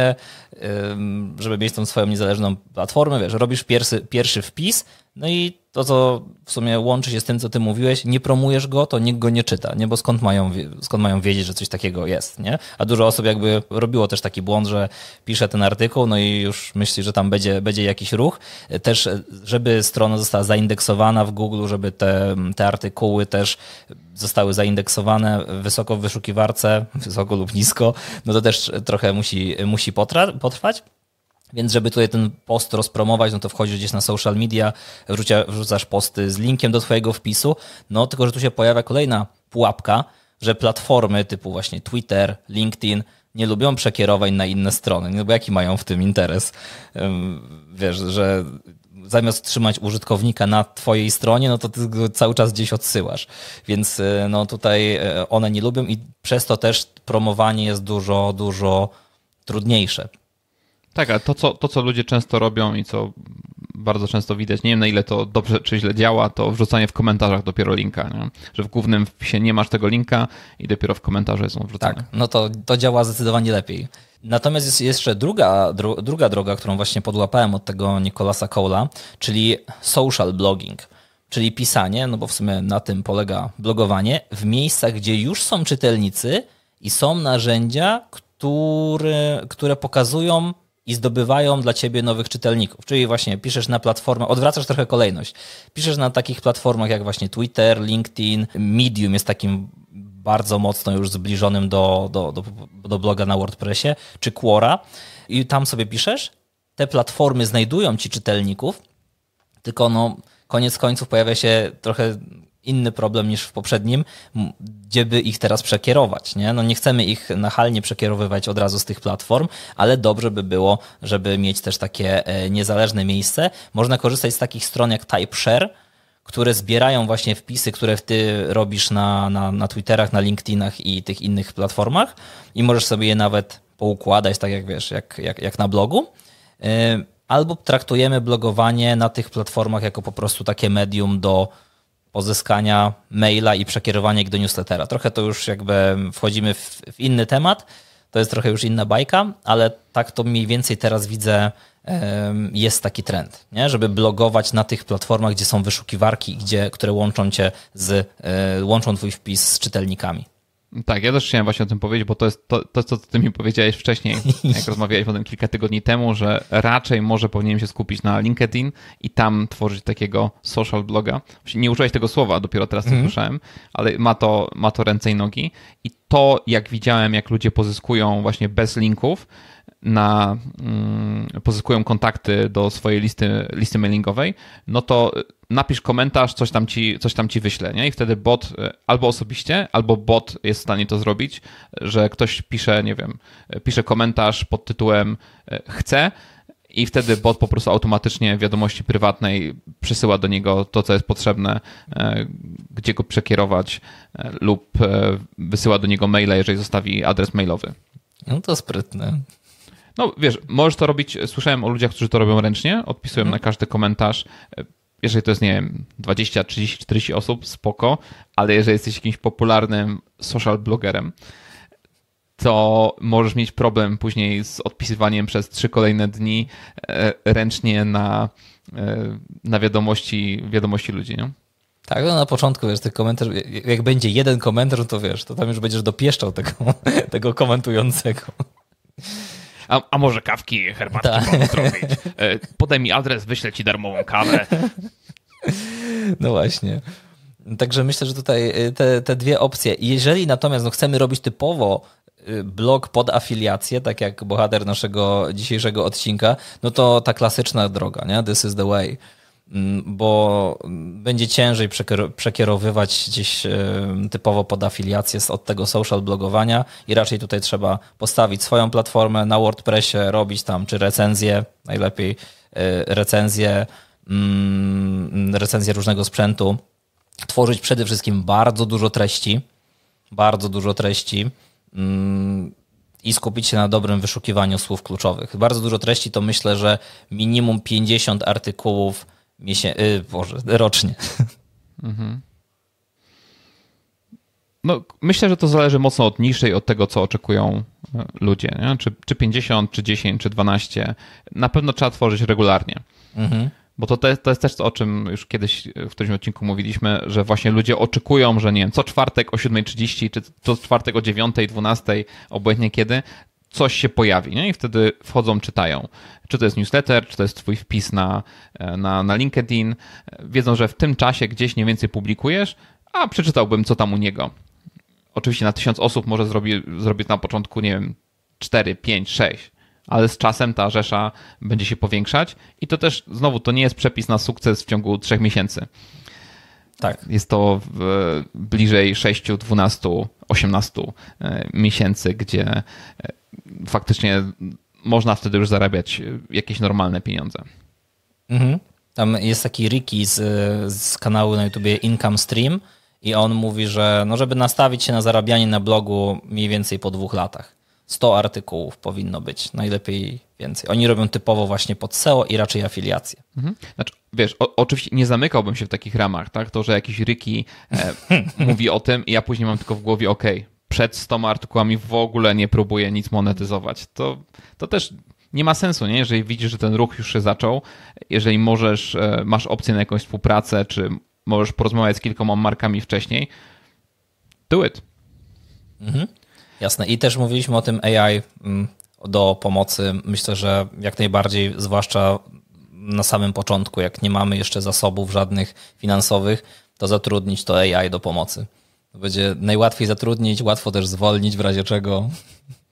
żeby mieć tą swoją niezależną platformę, wiesz, robisz pierwszy, pierwszy wpis, no i to, co w sumie łączy się z tym, co ty mówiłeś, nie promujesz go, to nikt go nie czyta, nie? Bo skąd mają, skąd mają wiedzieć, że coś takiego jest, nie? A dużo osób jakby robiło też taki błąd, że pisze ten artykuł, no i już myśli, że tam będzie, będzie jakiś ruch. Też, żeby strona została zaindeksowana w Google, żeby te, te artykuły też zostały zaindeksowane wysoko w wyszukiwarce, wysoko lub nisko, no to też trochę musi, musi potra- potrwać. Więc żeby tutaj ten post rozpromować, no to wchodzisz gdzieś na social media, wrzucia, wrzucasz posty z linkiem do twojego wpisu, no tylko, że tu się pojawia kolejna pułapka, że platformy typu właśnie Twitter, LinkedIn nie lubią przekierowań na inne strony, no bo jaki mają w tym interes? Wiesz, że zamiast trzymać użytkownika na twojej stronie, no to ty go cały czas gdzieś odsyłasz. Więc no tutaj one nie lubią i przez to też promowanie jest dużo, dużo trudniejsze. Tak, ale to co, to, co ludzie często robią i co bardzo często widać, nie wiem na ile to dobrze czy źle działa, to wrzucanie w komentarzach dopiero linka, nie? Że w głównym wpisie nie masz tego linka i dopiero w komentarzu jest on wrzucony. Tak, no to, to działa zdecydowanie lepiej. Natomiast jest jeszcze druga, dru, druga droga, którą właśnie podłapałem od tego Nicolasa Cole'a, czyli social blogging, czyli pisanie, no bo w sumie na tym polega blogowanie, w miejscach, gdzie już są czytelnicy i są narzędzia, które, które pokazują i zdobywają dla ciebie nowych czytelników. Czyli właśnie piszesz na platformę, odwracasz trochę kolejność. Piszesz na takich platformach jak właśnie Twitter, LinkedIn, Medium jest takim bardzo mocno już zbliżonym do, do, do, do bloga na WordPressie, czy Quora i tam sobie piszesz. Te platformy znajdują ci czytelników, tylko no koniec końców pojawia się trochę inny problem niż w poprzednim, gdzie by ich teraz przekierować. Nie? No nie chcemy ich nachalnie przekierowywać od razu z tych platform, ale dobrze by było, żeby mieć też takie niezależne miejsce. Można korzystać z takich stron jak TypeShare, które zbierają właśnie wpisy, które ty robisz na, na, na Twitterach, na LinkedInach i tych innych platformach i możesz sobie je nawet poukładać, tak jak wiesz, jak, jak, jak na blogu. Albo traktujemy blogowanie na tych platformach jako po prostu takie medium do pozyskania maila i przekierowania ich do newslettera. Trochę to już jakby wchodzimy w, w inny temat, to jest trochę już inna bajka, ale tak to mniej więcej teraz widzę, jest taki trend, nie? Żeby blogować na tych platformach, gdzie są wyszukiwarki, gdzie, które łączą cię z, łączą twój wpis z czytelnikami. Tak, ja też chciałem właśnie o tym powiedzieć, bo to jest to, to co ty mi powiedziałeś wcześniej, jak rozmawiałeś o tym kilka tygodni temu, że raczej może powinienem się skupić na LinkedIn i tam tworzyć takiego social bloga. Nie użyłeś tego słowa, dopiero teraz to mm. słyszałem, ale ma to, ma to ręce i nogi. I to, jak widziałem, jak ludzie pozyskują właśnie bez linków, na, mm, pozyskują kontakty do swojej listy, listy mailingowej, no to napisz komentarz, coś tam ci, coś tam ci wyślę, nie? I wtedy bot albo osobiście, albo bot jest w stanie to zrobić, że ktoś pisze, nie wiem, pisze komentarz pod tytułem chcę i wtedy bot po prostu automatycznie w wiadomości prywatnej przesyła do niego to, co jest potrzebne, gdzie go przekierować lub wysyła do niego maila, jeżeli zostawi adres mailowy. No to sprytne. No wiesz, możesz to robić, słyszałem o ludziach, którzy to robią ręcznie, odpisują hmm. na każdy komentarz. Jeżeli to jest, nie wiem, dwadzieścia, trzydzieści, czterdzieści osób, spoko, ale jeżeli jesteś jakimś popularnym social blogerem, to możesz mieć problem później z odpisywaniem przez trzy kolejne dni ręcznie na, na wiadomości, wiadomości ludzi, nie? Tak, no na początku, wiesz, tych komentarzy, jak będzie jeden komentarz, to wiesz, to tam już będziesz dopieszczał tego, tego komentującego. A, a może kawki, herbatki Ta. mogę zrobić? Podaj mi adres, wyślę ci darmową kawę. No właśnie. Także myślę, że tutaj te, te dwie opcje. Jeżeli natomiast no, chcemy robić typowo blog pod afiliację, tak jak bohater naszego dzisiejszego odcinka, no to ta klasyczna droga, nie? This is the way. Bo będzie ciężej przekierowywać gdzieś typowo pod afiliację od tego social blogowania i raczej tutaj trzeba postawić swoją platformę na WordPressie, robić tam czy recenzje, najlepiej recenzje, recenzje różnego sprzętu, tworzyć przede wszystkim bardzo dużo treści, bardzo dużo treści i skupić się na dobrym wyszukiwaniu słów kluczowych. Bardzo dużo treści to myślę, że minimum pięćdziesiąt artykułów Miesię... Yy, Boże, rocznie. Mhm. No, myślę, że to zależy mocno od niszy i od tego, co oczekują ludzie. Nie? Czy, czy pięćdziesiąt, czy dziesięć, czy dwanaście. Na pewno trzeba tworzyć regularnie. Mhm. Bo to, te, to jest też to, o czym już kiedyś w którymś odcinku mówiliśmy, że właśnie ludzie oczekują, że nie wiem, co czwartek o siódma trzydzieści, czy co czwartek o dziewiąta, dwunasta, obojętnie kiedy, coś się pojawi, nie? I wtedy wchodzą, czytają. Czy to jest newsletter, czy to jest twój wpis na, na, na LinkedIn. Wiedzą, że w tym czasie gdzieś mniej więcej publikujesz, a przeczytałbym, co tam u niego. Oczywiście na tysiąc osób może zrobić zrobić na początku, nie wiem, cztery, pięć, sześć, ale z czasem ta rzesza będzie się powiększać i to też, znowu, to nie jest przepis na sukces w ciągu trzech miesięcy. Tak. Jest to w, bliżej sześć, dwanaście, osiemnaście miesięcy, gdzie faktycznie można wtedy już zarabiać jakieś normalne pieniądze. Mhm. Tam jest taki Ricky z, z kanału na YouTubie Income Stream i on mówi, że no żeby nastawić się na zarabianie na blogu mniej więcej po dwóch latach. sto artykułów powinno być, najlepiej więcej. Oni robią typowo właśnie pod S E O i raczej afiliacje. Mhm. Znaczy, wiesz, o, oczywiście nie zamykałbym się w takich ramach, tak? To, że jakiś Ricky e, mówi o tym i ja później mam tylko w głowie, okej, okay, przed stoma artykułami w ogóle nie próbuję nic monetyzować. To, to też nie ma sensu, nie? Jeżeli widzisz, że ten ruch już się zaczął, jeżeli możesz, masz opcję na jakąś współpracę, czy możesz porozmawiać z kilkoma markami wcześniej, do it. Mhm. Jasne. I też mówiliśmy o tym A I do pomocy. Myślę, że jak najbardziej, zwłaszcza na samym początku, jak nie mamy jeszcze zasobów żadnych finansowych, to zatrudnić to A I do pomocy. Będzie najłatwiej zatrudnić, łatwo też zwolnić w razie czego.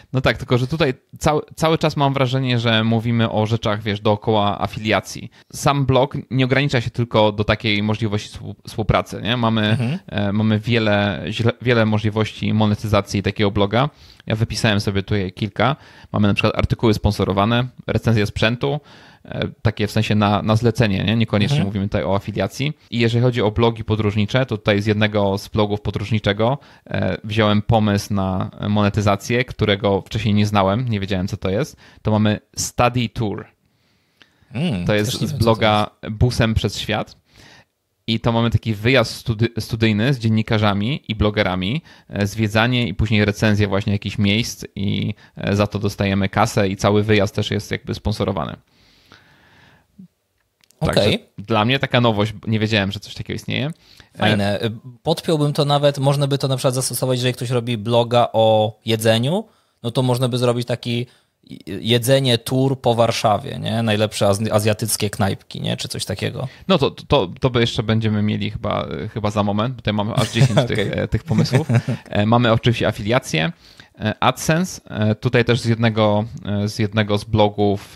No tak, tylko że tutaj cały, cały czas mam wrażenie, że mówimy o rzeczach, wiesz, dookoła afiliacji. Sam blog nie ogranicza się tylko do takiej możliwości współpracy, nie? Mamy, mhm. e, mamy wiele, wiele możliwości monetyzacji takiego bloga. Ja wypisałem sobie tutaj kilka. Mamy na przykład artykuły sponsorowane, recenzje sprzętu, takie w sensie na, na zlecenie, nie? Niekoniecznie mhm. mówimy tutaj o afiliacji. I jeżeli chodzi o blogi podróżnicze, to tutaj z jednego z blogów podróżniczego e, wziąłem pomysł na monetyzację, którego wcześniej nie znałem, nie wiedziałem co to jest. To mamy Study Tour. Mm, to jest z bloga Busem przez świat. I to mamy taki wyjazd studi- studyjny z dziennikarzami i blogerami, zwiedzanie i później recenzję właśnie jakichś miejsc i za to dostajemy kasę i cały wyjazd też jest jakby sponsorowany. Także okay. Dla mnie taka nowość, nie wiedziałem, że coś takiego istnieje. Fajne. Podpiąłbym to nawet, można by to na przykład zastosować, jeżeli ktoś robi bloga o jedzeniu, no to można by zrobić taki jedzenie tour po Warszawie, nie? Najlepsze azjatyckie knajpki, nie? Czy coś takiego. No to, to, to by jeszcze będziemy mieli chyba, chyba za moment. Tutaj mamy aż dziesięć okay. tych, tych pomysłów. Mamy oczywiście afiliację, AdSense. Tutaj też z jednego z, jednego z blogów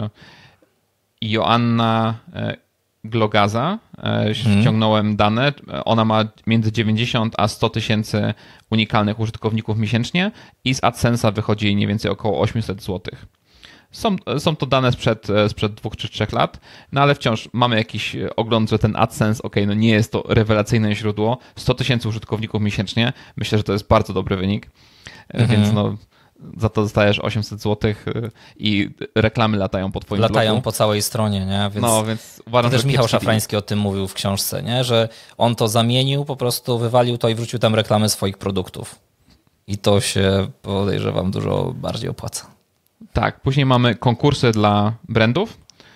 Joanna Glogaza ściągnąłem hmm. dane. Ona ma między dziewięćdziesiąt a sto tysięcy unikalnych użytkowników miesięcznie i z AdSense'a wychodzi jej mniej więcej około osiemset złotych. Są, są to dane sprzed, sprzed dwóch czy trzech lat, no ale wciąż mamy jakiś ogląd, że ten AdSense, ok, no nie jest to rewelacyjne źródło. sto tysięcy użytkowników miesięcznie. Myślę, że to jest bardzo dobry wynik, hmm. więc no za to dostajesz osiemset złotych i reklamy latają po twoim blogu. Latają po całej stronie, nie? Więc no, więc uważam, to też Michał Szafrański o tym mówił w książce, nie? Że on to zamienił, po prostu wywalił to i wrzucił tam reklamy swoich produktów. I to się, podejrzewam, dużo bardziej opłaca. Tak, później mamy konkursy dla brandów.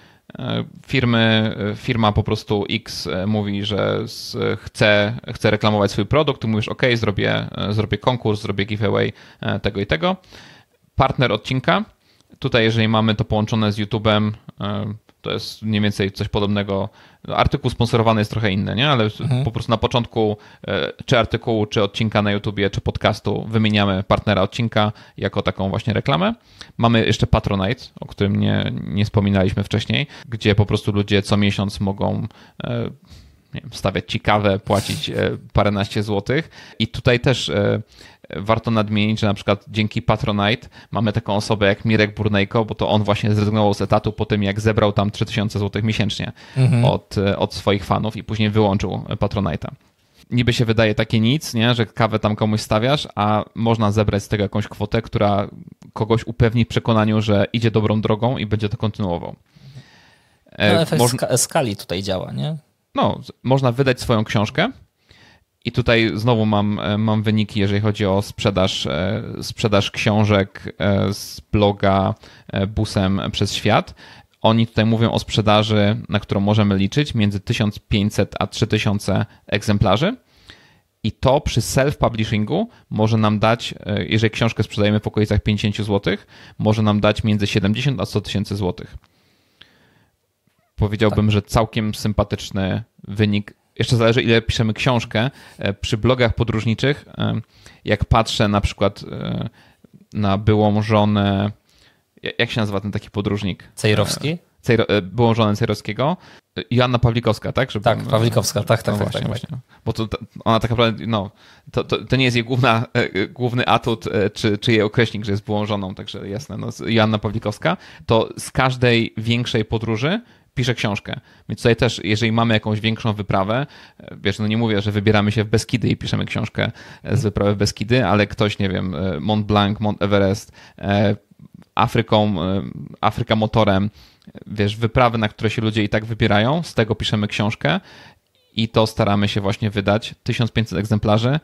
Firmy, firma po prostu X mówi, że chce, chce reklamować swój produkt, ty mówisz ok, zrobię, zrobię konkurs, zrobię giveaway tego i tego. Partner odcinka, tutaj jeżeli mamy to połączone z YouTube'em, to jest mniej więcej coś podobnego. Artykuł sponsorowany jest trochę inny, nie? Ale mhm. po prostu na początku czy artykułu, czy odcinka na YouTubie, czy podcastu wymieniamy partnera odcinka jako taką właśnie reklamę. Mamy jeszcze Patronite, o którym nie, nie wspominaliśmy wcześniej, gdzie po prostu ludzie co miesiąc mogą nie wiem, stawiać ci kawę, płacić paręnaście złotych. I tutaj też warto nadmienić, że na przykład dzięki Patronite mamy taką osobę jak Mirek Burnejko, bo to on właśnie zrezygnował z etatu po tym, jak zebrał tam trzy tysiące złotych miesięcznie mhm. od, od swoich fanów i później wyłączył Patronite'a. Niby się wydaje takie nic, nie? Że kawę tam komuś stawiasz, a można zebrać z tego jakąś kwotę, która kogoś upewni w przekonaniu, że idzie dobrą drogą i będzie to kontynuował. No, efekt Moż... skali tutaj działa, nie? No, można wydać swoją książkę. I tutaj znowu mam, mam wyniki, jeżeli chodzi o sprzedaż, sprzedaż książek z bloga Busem przez świat. Oni tutaj mówią o sprzedaży, na którą możemy liczyć między tysiąc pięćset a trzy tysiące egzemplarzy. I to przy self-publishingu może nam dać, jeżeli książkę sprzedajemy w okolicach pięćdziesiąt złotych, może nam dać między siedemdziesiąt a sto tysięcy złotych. Powiedziałbym, tak. że całkiem sympatyczny wynik. Jeszcze zależy, ile piszemy książkę. Przy blogach podróżniczych, jak patrzę na przykład na byłą żonę, jak się nazywa ten taki podróżnik? Cejrowski? Cejro, byłą żonę Cejrowskiego. Joanna Pawlikowska, tak? Żeby, tak, Pawlikowska, tak, tak, no tak, właśnie, tak, właśnie. Bo to, to, ona tak naprawdę, no, to, to, to nie jest jej główna, główny atut, czy, czy jej określnik, że jest byłą żoną, także jasne. No, Joanna Pawlikowska, to z każdej większej podróży pisze książkę. Więc tutaj też, jeżeli mamy jakąś większą wyprawę, wiesz, no nie mówię, że wybieramy się w Beskidy i piszemy książkę z wyprawy w Beskidy, ale ktoś, nie wiem, Mont Blanc, Mont Everest, Afryką, Afryka motorem, wiesz, wyprawy, na które się ludzie i tak wybierają, z tego piszemy książkę i to staramy się właśnie wydać. tysiąc pięćset egzemplarzy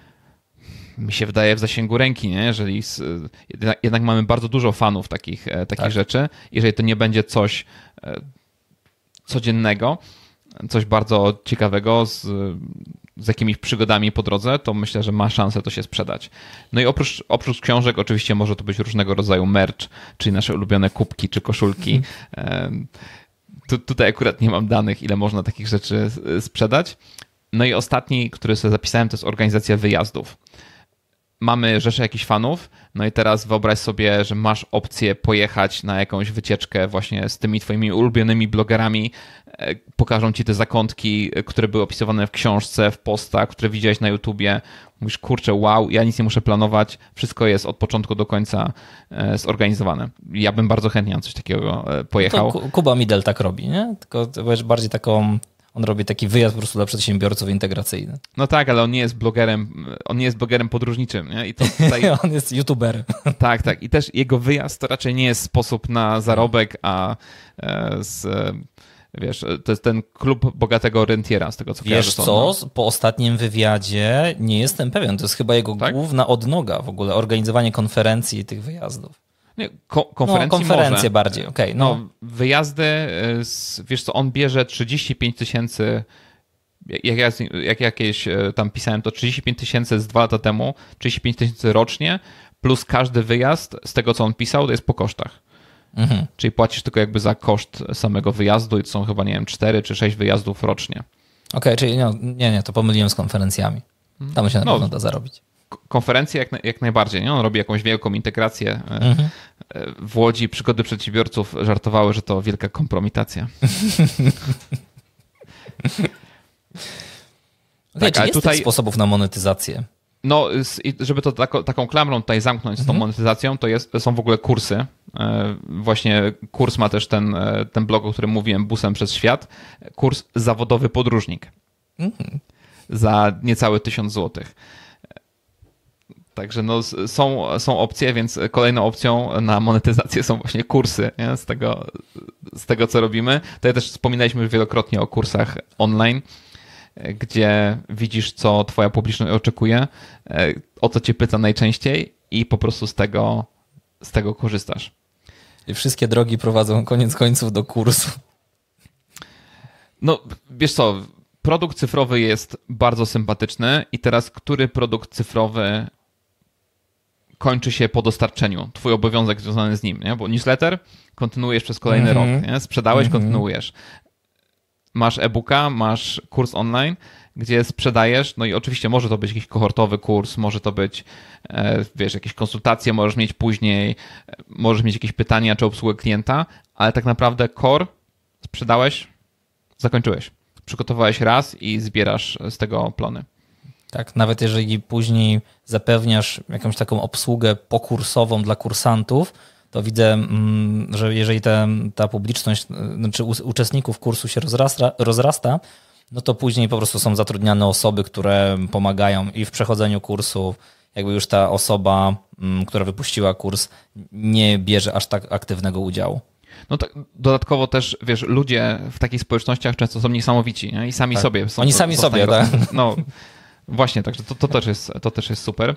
mi się wydaje w zasięgu ręki, nie? Jeżeli z, jednak, jednak mamy bardzo dużo fanów takich, takich tak. rzeczy. Jeżeli to nie będzie coś codziennego, coś bardzo ciekawego z, z jakimiś przygodami po drodze, to myślę, że ma szansę to się sprzedać. No i oprócz, oprócz książek oczywiście może to być różnego rodzaju merch, czyli nasze ulubione kubki czy koszulki. Hmm. Tu, tutaj akurat nie mam danych, ile można takich rzeczy sprzedać. No i ostatni, który sobie zapisałem, to jest organizacja wyjazdów. mamy rzeszę jakichś fanów, no i teraz wyobraź sobie, że masz opcję pojechać na jakąś wycieczkę właśnie z tymi twoimi ulubionymi blogerami, pokażą ci te zakątki, które były opisywane w książce, w postach, które widziałeś na YouTubie. Mówisz, kurczę, wow, ja nic nie muszę planować, wszystko jest od początku do końca zorganizowane. Ja bym bardzo chętnie na coś takiego pojechał. To Kuba Midel tak robi, nie? Tylko to wiesz, bardziej taką... On robi taki wyjazd po prostu dla przedsiębiorców integracyjny. No tak, ale on nie jest blogerem, on nie jest blogerem podróżniczym, nie? I to tutaj... On jest youtuberem. Tak, tak. I też jego wyjazd to raczej nie jest sposób na zarobek, a z, wiesz, to jest ten klub bogatego rentiera, z tego co Wiesz kojarzę. co, po ostatnim wywiadzie nie jestem pewien, to jest chyba jego tak? główna odnoga w ogóle, organizowanie konferencji i tych wyjazdów. Nie, ko- konferencji no, konferencje może. bardziej, okej. Okay, no. no, wyjazdy, z, wiesz co, on bierze trzydzieści pięć tysięcy, jak, ja, jak jakieś tam pisałem, to trzydzieści pięć tysięcy z dwa lata temu, trzydzieści pięć tysięcy rocznie, plus każdy wyjazd z tego, co on pisał, to jest po kosztach. Mhm. Czyli płacisz tylko jakby za koszt samego wyjazdu i to są chyba, nie wiem, cztery czy sześć wyjazdów rocznie. Okej, okay, czyli no, nie, nie, to pomyliłem z konferencjami. Tam się na no, pewno da zarobić. Konferencje jak, jak najbardziej, nie? On robi jakąś wielką integrację. Mhm. W Łodzi Przygody Przedsiębiorców żartowały, że to wielka kompromitacja. Okay, tak, ale tutaj sposobów na monetyzację. No, żeby to tako, taką klamrą tutaj zamknąć z tą mhm. monetyzacją, to jest, są w ogóle kursy. Właśnie kurs ma też ten, ten blog, o którym mówiłem, Busem przez świat. Kurs Zawodowy Podróżnik. Mhm. Za niecałe tysiąc złotych. Także no, są, są opcje, więc kolejną opcją na monetyzację są właśnie kursy, nie? Z tego, z tego, co robimy. Tutaj też wspominaliśmy już wielokrotnie o kursach online, gdzie widzisz, co twoja publiczność oczekuje, o co cię pyta najczęściej i po prostu z tego, z tego korzystasz. I wszystkie drogi prowadzą koniec końców do kursu. No, wiesz co, produkt cyfrowy jest bardzo sympatyczny i teraz który produkt cyfrowy kończy się po dostarczeniu, twój obowiązek związany z nim, nie? Bo newsletter kontynuujesz przez kolejny mm-hmm. rok, nie? Sprzedałeś, mm-hmm. kontynuujesz. Masz e-booka, masz kurs online, gdzie sprzedajesz, no i oczywiście może to być jakiś kohortowy kurs, może to być, wiesz, jakieś konsultacje możesz mieć później, możesz mieć jakieś pytania czy obsługę klienta, ale tak naprawdę core sprzedałeś, zakończyłeś. Przygotowałeś raz i zbierasz z tego plony. Tak, nawet jeżeli później zapewniasz jakąś taką obsługę pokursową dla kursantów, to widzę, że jeżeli ta, ta publiczność, znaczy uczestników kursu się rozrasta, rozrasta, no to później po prostu są zatrudniane osoby, które pomagają i w przechodzeniu kursu, jakby już ta osoba, która wypuściła kurs, nie bierze aż tak aktywnego udziału. No tak, dodatkowo też, wiesz, ludzie w takich społecznościach często są niesamowici, nie? I sami tak. sobie są. Oni sami sobie, tak. No właśnie, także to, to, też jest, to też jest super.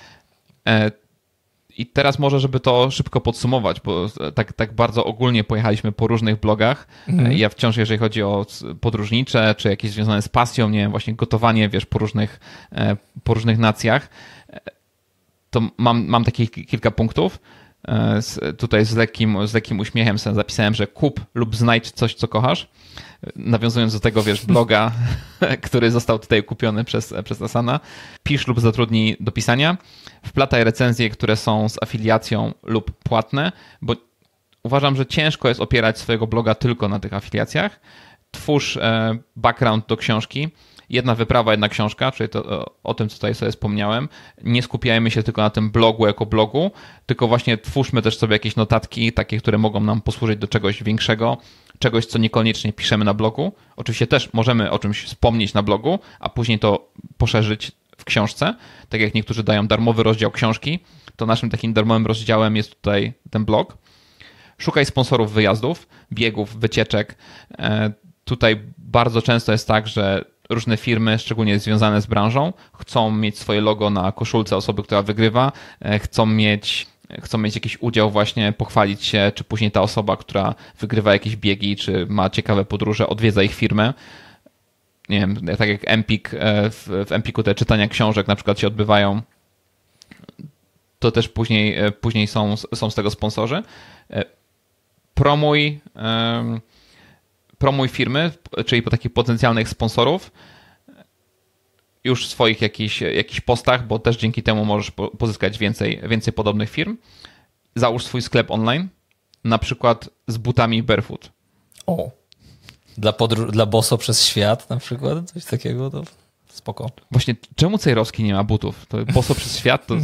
I teraz może, żeby to szybko podsumować, bo tak, tak bardzo ogólnie pojechaliśmy po różnych blogach. Mhm. Ja wciąż, jeżeli chodzi o podróżnicze, czy jakieś związane z pasją, nie wiem, właśnie gotowanie, wiesz, po różnych, po różnych nacjach, to mam, mam takich kilka punktów. Z, tutaj z lekkim, z lekkim uśmiechem sobie zapisałem, że kup lub znajdź coś, co kochasz. Nawiązując do tego, wiesz, bloga, który został tutaj kupiony przez, przez Asana. Pisz lub zatrudnij do pisania. Wplataj recenzje, które są z afiliacją lub płatne, bo uważam, że ciężko jest opierać swojego bloga tylko na tych afiliacjach. Twórz background do książki. Jedna wyprawa, jedna książka, czyli to, o tym, co tutaj sobie wspomniałem. Nie skupiajmy się tylko na tym blogu jako blogu, tylko właśnie twórzmy też sobie jakieś notatki, takie, które mogą nam posłużyć do czegoś większego, czegoś, co niekoniecznie piszemy na blogu. Oczywiście też możemy o czymś wspomnieć na blogu, a później to poszerzyć w książce. Tak jak niektórzy dają darmowy rozdział książki, to naszym takim darmowym rozdziałem jest tutaj ten blog. Szukaj sponsorów wyjazdów, biegów, wycieczek. Tutaj bardzo często jest tak, że różne firmy, szczególnie związane z branżą, chcą mieć swoje logo na koszulce osoby, która wygrywa, chcą mieć, chcą mieć jakiś udział właśnie, pochwalić się, czy później ta osoba, która wygrywa jakieś biegi, czy ma ciekawe podróże, odwiedza ich firmę. Nie wiem, tak jak Empik, w, w Empiku te czytania książek na przykład się odbywają, to też później, później są, są z tego sponsorzy. Promuj promuj firmy, czyli po takich potencjalnych sponsorów. już w swoich jakichś, jakichś postach, bo też dzięki temu możesz pozyskać więcej, więcej podobnych firm. Załóż swój sklep online, na przykład z butami barefoot. O, dla, podru- dla boso przez świat na przykład, coś takiego, to spoko. Właśnie, czemu Cejrowski nie ma butów? To boso przez świat to...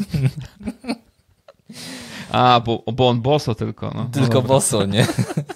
A, bo, bo on boso tylko. No. Tylko no boso, nie?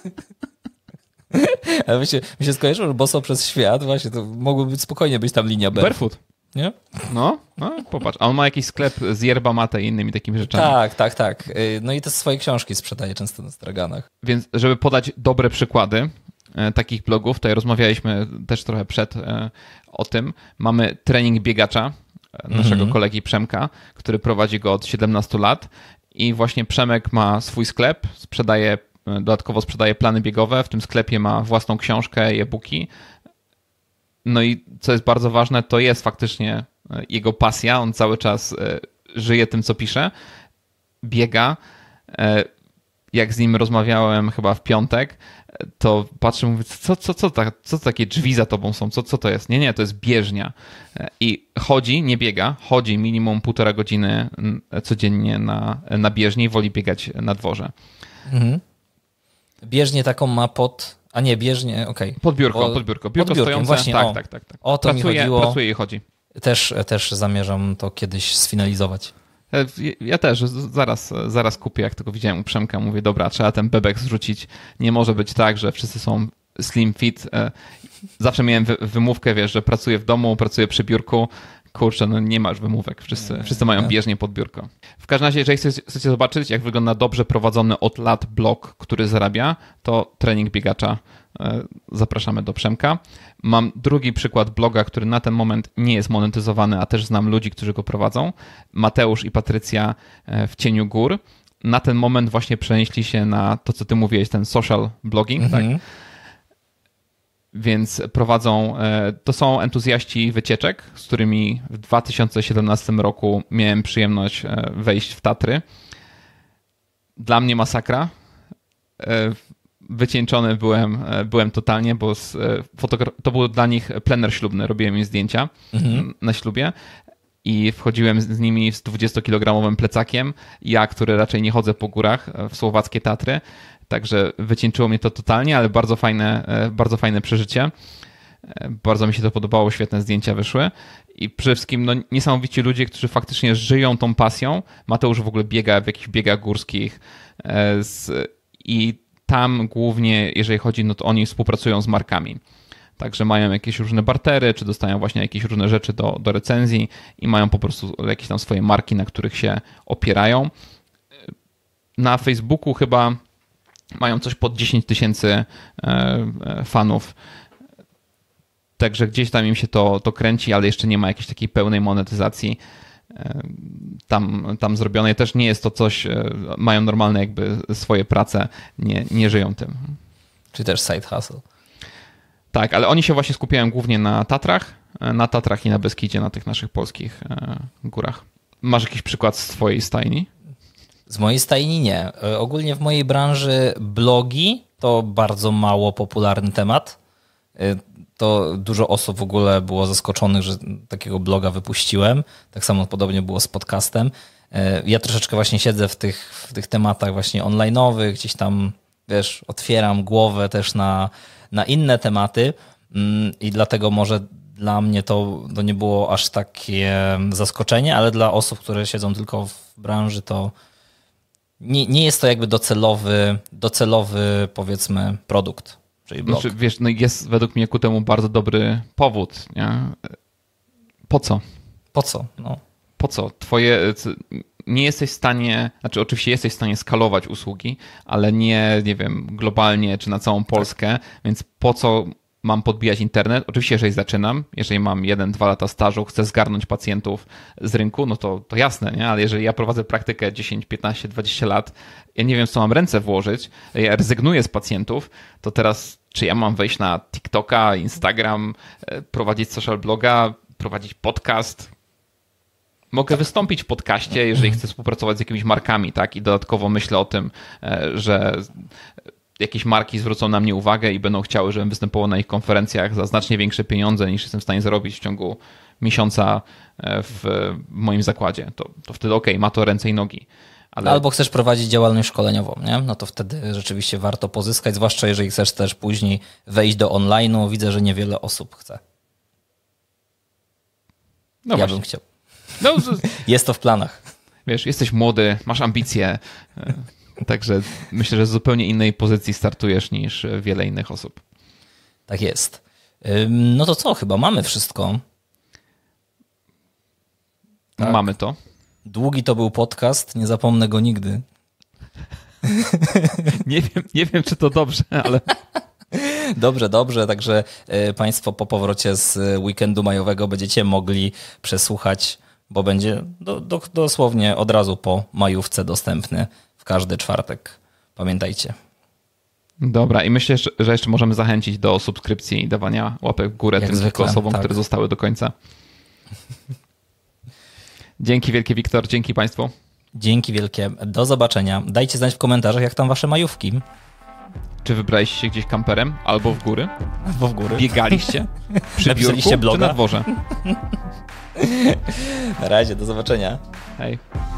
Ale mi się, mi się skojarzyło, że boso przez świat, właśnie to mogłoby być spokojnie być tam linia barefoot. Barefoot. Nie? No, no, popatrz. A on ma jakiś sklep z yerba mate i innymi takimi rzeczami. Tak, tak, tak. No i te swoje książki sprzedaje często na straganach. Więc żeby podać dobre przykłady e, takich blogów, tutaj rozmawialiśmy też trochę przed e, o tym. Mamy trening biegacza e, naszego mm-hmm. kolegi Przemka, który prowadzi go od siedemnastu lat i właśnie Przemek ma swój sklep, sprzedaje, e, dodatkowo sprzedaje plany biegowe, w tym sklepie ma własną książkę i e-booki. No i co jest bardzo ważne, to jest faktycznie jego pasja. On cały czas żyje tym, co pisze. Biega. Jak z nim rozmawiałem chyba w piątek, to patrzę, mówię, co, co, co, ta, co takie drzwi za tobą są? Co, co to jest? Nie, nie, to jest bieżnia. I chodzi, nie biega, chodzi minimum półtora godziny codziennie na, na bieżni i woli biegać na dworze. Mhm. Bieżnię taką ma pod... A nie, bieżnie, okej. Okay. Podbiórko, Bo, podbiórko. Biurko pod biurkiem, stojące. właśnie, tak, o, tak, tak, tak. O to pracuje, mi chodziło. Pracuje i chodzi. Też, też zamierzam to kiedyś sfinalizować. Ja też, zaraz, zaraz kupię, jak tylko widziałem u Przemka, mówię, dobra, trzeba ten bebek zrzucić. Nie może być tak, że wszyscy są slim fit. Zawsze miałem wymówkę, wiesz, że pracuję w domu, pracuję przy biurku. Kurczę, no nie masz wymówek, wszyscy, nie, wszyscy mają nie. bieżnię pod biurko. W każdym razie, jeżeli chcecie, chcecie zobaczyć, jak wygląda dobrze prowadzony od lat blog, który zarabia, to trening biegacza. Zapraszamy do Przemka. Mam drugi przykład bloga, który na ten moment nie jest monetyzowany, a też znam ludzi, którzy go prowadzą. Mateusz i Patrycja w Cieniu Gór. Na ten moment właśnie przenieśli się na to, co ty mówiłeś, ten social blogging, mhm. tak? Więc prowadzą, to są entuzjaści wycieczek, z którymi w dwa tysiące siedemnastym roku miałem przyjemność wejść w Tatry. Dla mnie masakra. Wycieńczony byłem, byłem totalnie, bo z fotogra- to był dla nich plener ślubny, robiłem im zdjęcia mhm. na ślubie i wchodziłem z nimi z dwudziestokilogramowym plecakiem, ja, który raczej nie chodzę po górach, w słowackie Tatry, także wycieńczyło mnie to totalnie, ale bardzo fajne, bardzo fajne przeżycie. Bardzo mi się to podobało, świetne zdjęcia wyszły i przede wszystkim no, niesamowici ludzie, którzy faktycznie żyją tą pasją. Mateusz w ogóle biega w jakichś biegach górskich z, i tam głównie, jeżeli chodzi, no to oni współpracują z markami. Także mają jakieś różne bartery, czy dostają właśnie jakieś różne rzeczy do, do recenzji i mają po prostu jakieś tam swoje marki, na których się opierają. Na Facebooku chyba mają coś pod dziesięć tysięcy fanów. Także gdzieś tam im się to, to kręci, ale jeszcze nie ma jakiejś takiej pełnej monetyzacji tam, tam zrobionej. Też nie jest to coś, mają normalne jakby swoje prace, nie, nie żyją tym. Czy też side hustle. Tak, ale oni się właśnie skupiają głównie na Tatrach, na Tatrach i na Beskidzie, na tych naszych polskich górach. Masz jakiś przykład z twojej stajni? Z mojej stajni nie. Ogólnie w mojej branży blogi to bardzo mało popularny temat. To dużo osób w ogóle było zaskoczonych, że takiego bloga wypuściłem. Tak samo podobnie było z podcastem. Ja troszeczkę właśnie siedzę w tych, w tych tematach właśnie online'owych, gdzieś tam, wiesz, otwieram głowę też na, na inne tematy i dlatego może dla mnie to, to nie było aż takie zaskoczenie, ale dla osób, które siedzą tylko w branży, to nie, nie jest to jakby docelowy, docelowy powiedzmy produkt, czyli blog. Znaczy, wiesz, no jest według mnie ku temu bardzo dobry powód, nie? Po co? Po co? No. Po co? Twoje... Nie jesteś w stanie, znaczy oczywiście jesteś w stanie skalować usługi, ale nie, nie wiem, globalnie czy na całą Polskę, tak. Więc po co mam podbijać internet? Oczywiście, jeżeli zaczynam, jeżeli mam jeden, dwa lata stażu, chcę zgarnąć pacjentów z rynku, no to, to jasne, nie? Ale jeżeli ja prowadzę praktykę dziesięć, piętnaście, dwadzieścia lat, ja nie wiem, w co mam ręce włożyć, ja rezygnuję z pacjentów, to teraz czy ja mam wejść na TikToka, Instagram, prowadzić social bloga, prowadzić podcast? Mogę wystąpić w podcaście, jeżeli chcę współpracować z jakimiś markami, tak? I dodatkowo myślę o tym, że jakieś marki zwrócą na mnie uwagę i będą chciały, żebym występował na ich konferencjach za znacznie większe pieniądze niż jestem w stanie zarobić w ciągu miesiąca w moim zakładzie, to, to wtedy okej, okay, ma to ręce i nogi. Ale... Albo chcesz prowadzić działalność szkoleniową, nie? No to wtedy rzeczywiście warto pozyskać, zwłaszcza jeżeli chcesz też później wejść do online'u. Widzę, że niewiele osób chce. No ja właśnie. bym chciał. No, jest to w planach. Wiesz, jesteś młody, masz ambicje, także myślę, że z zupełnie innej pozycji startujesz niż wiele innych osób. Tak jest. No to co? Chyba mamy wszystko. Tak. Mamy to. Długi to był podcast, nie zapomnę go nigdy. nie wiem, nie wiem, czy to dobrze, ale... Dobrze, dobrze, także Państwo po powrocie z weekendu majowego będziecie mogli przesłuchać, bo będzie do, do, dosłownie od razu po majówce dostępny w każdy czwartek. Pamiętajcie. Dobra, i myślę, że jeszcze możemy zachęcić do subskrypcji i dawania łapek w górę Jak tym zwykle, kilku osobom, tak. które zostały do końca. Dzięki wielkie, Wiktor, dzięki Państwu. Dzięki wielkie, do zobaczenia. Dajcie znać w komentarzach, jak tam wasze majówki. Czy wybraliście się gdzieś kamperem albo w góry? Albo w góry. Biegaliście? Przy biurku, bloga? czy na dworze? Na razie, do zobaczenia. Hej.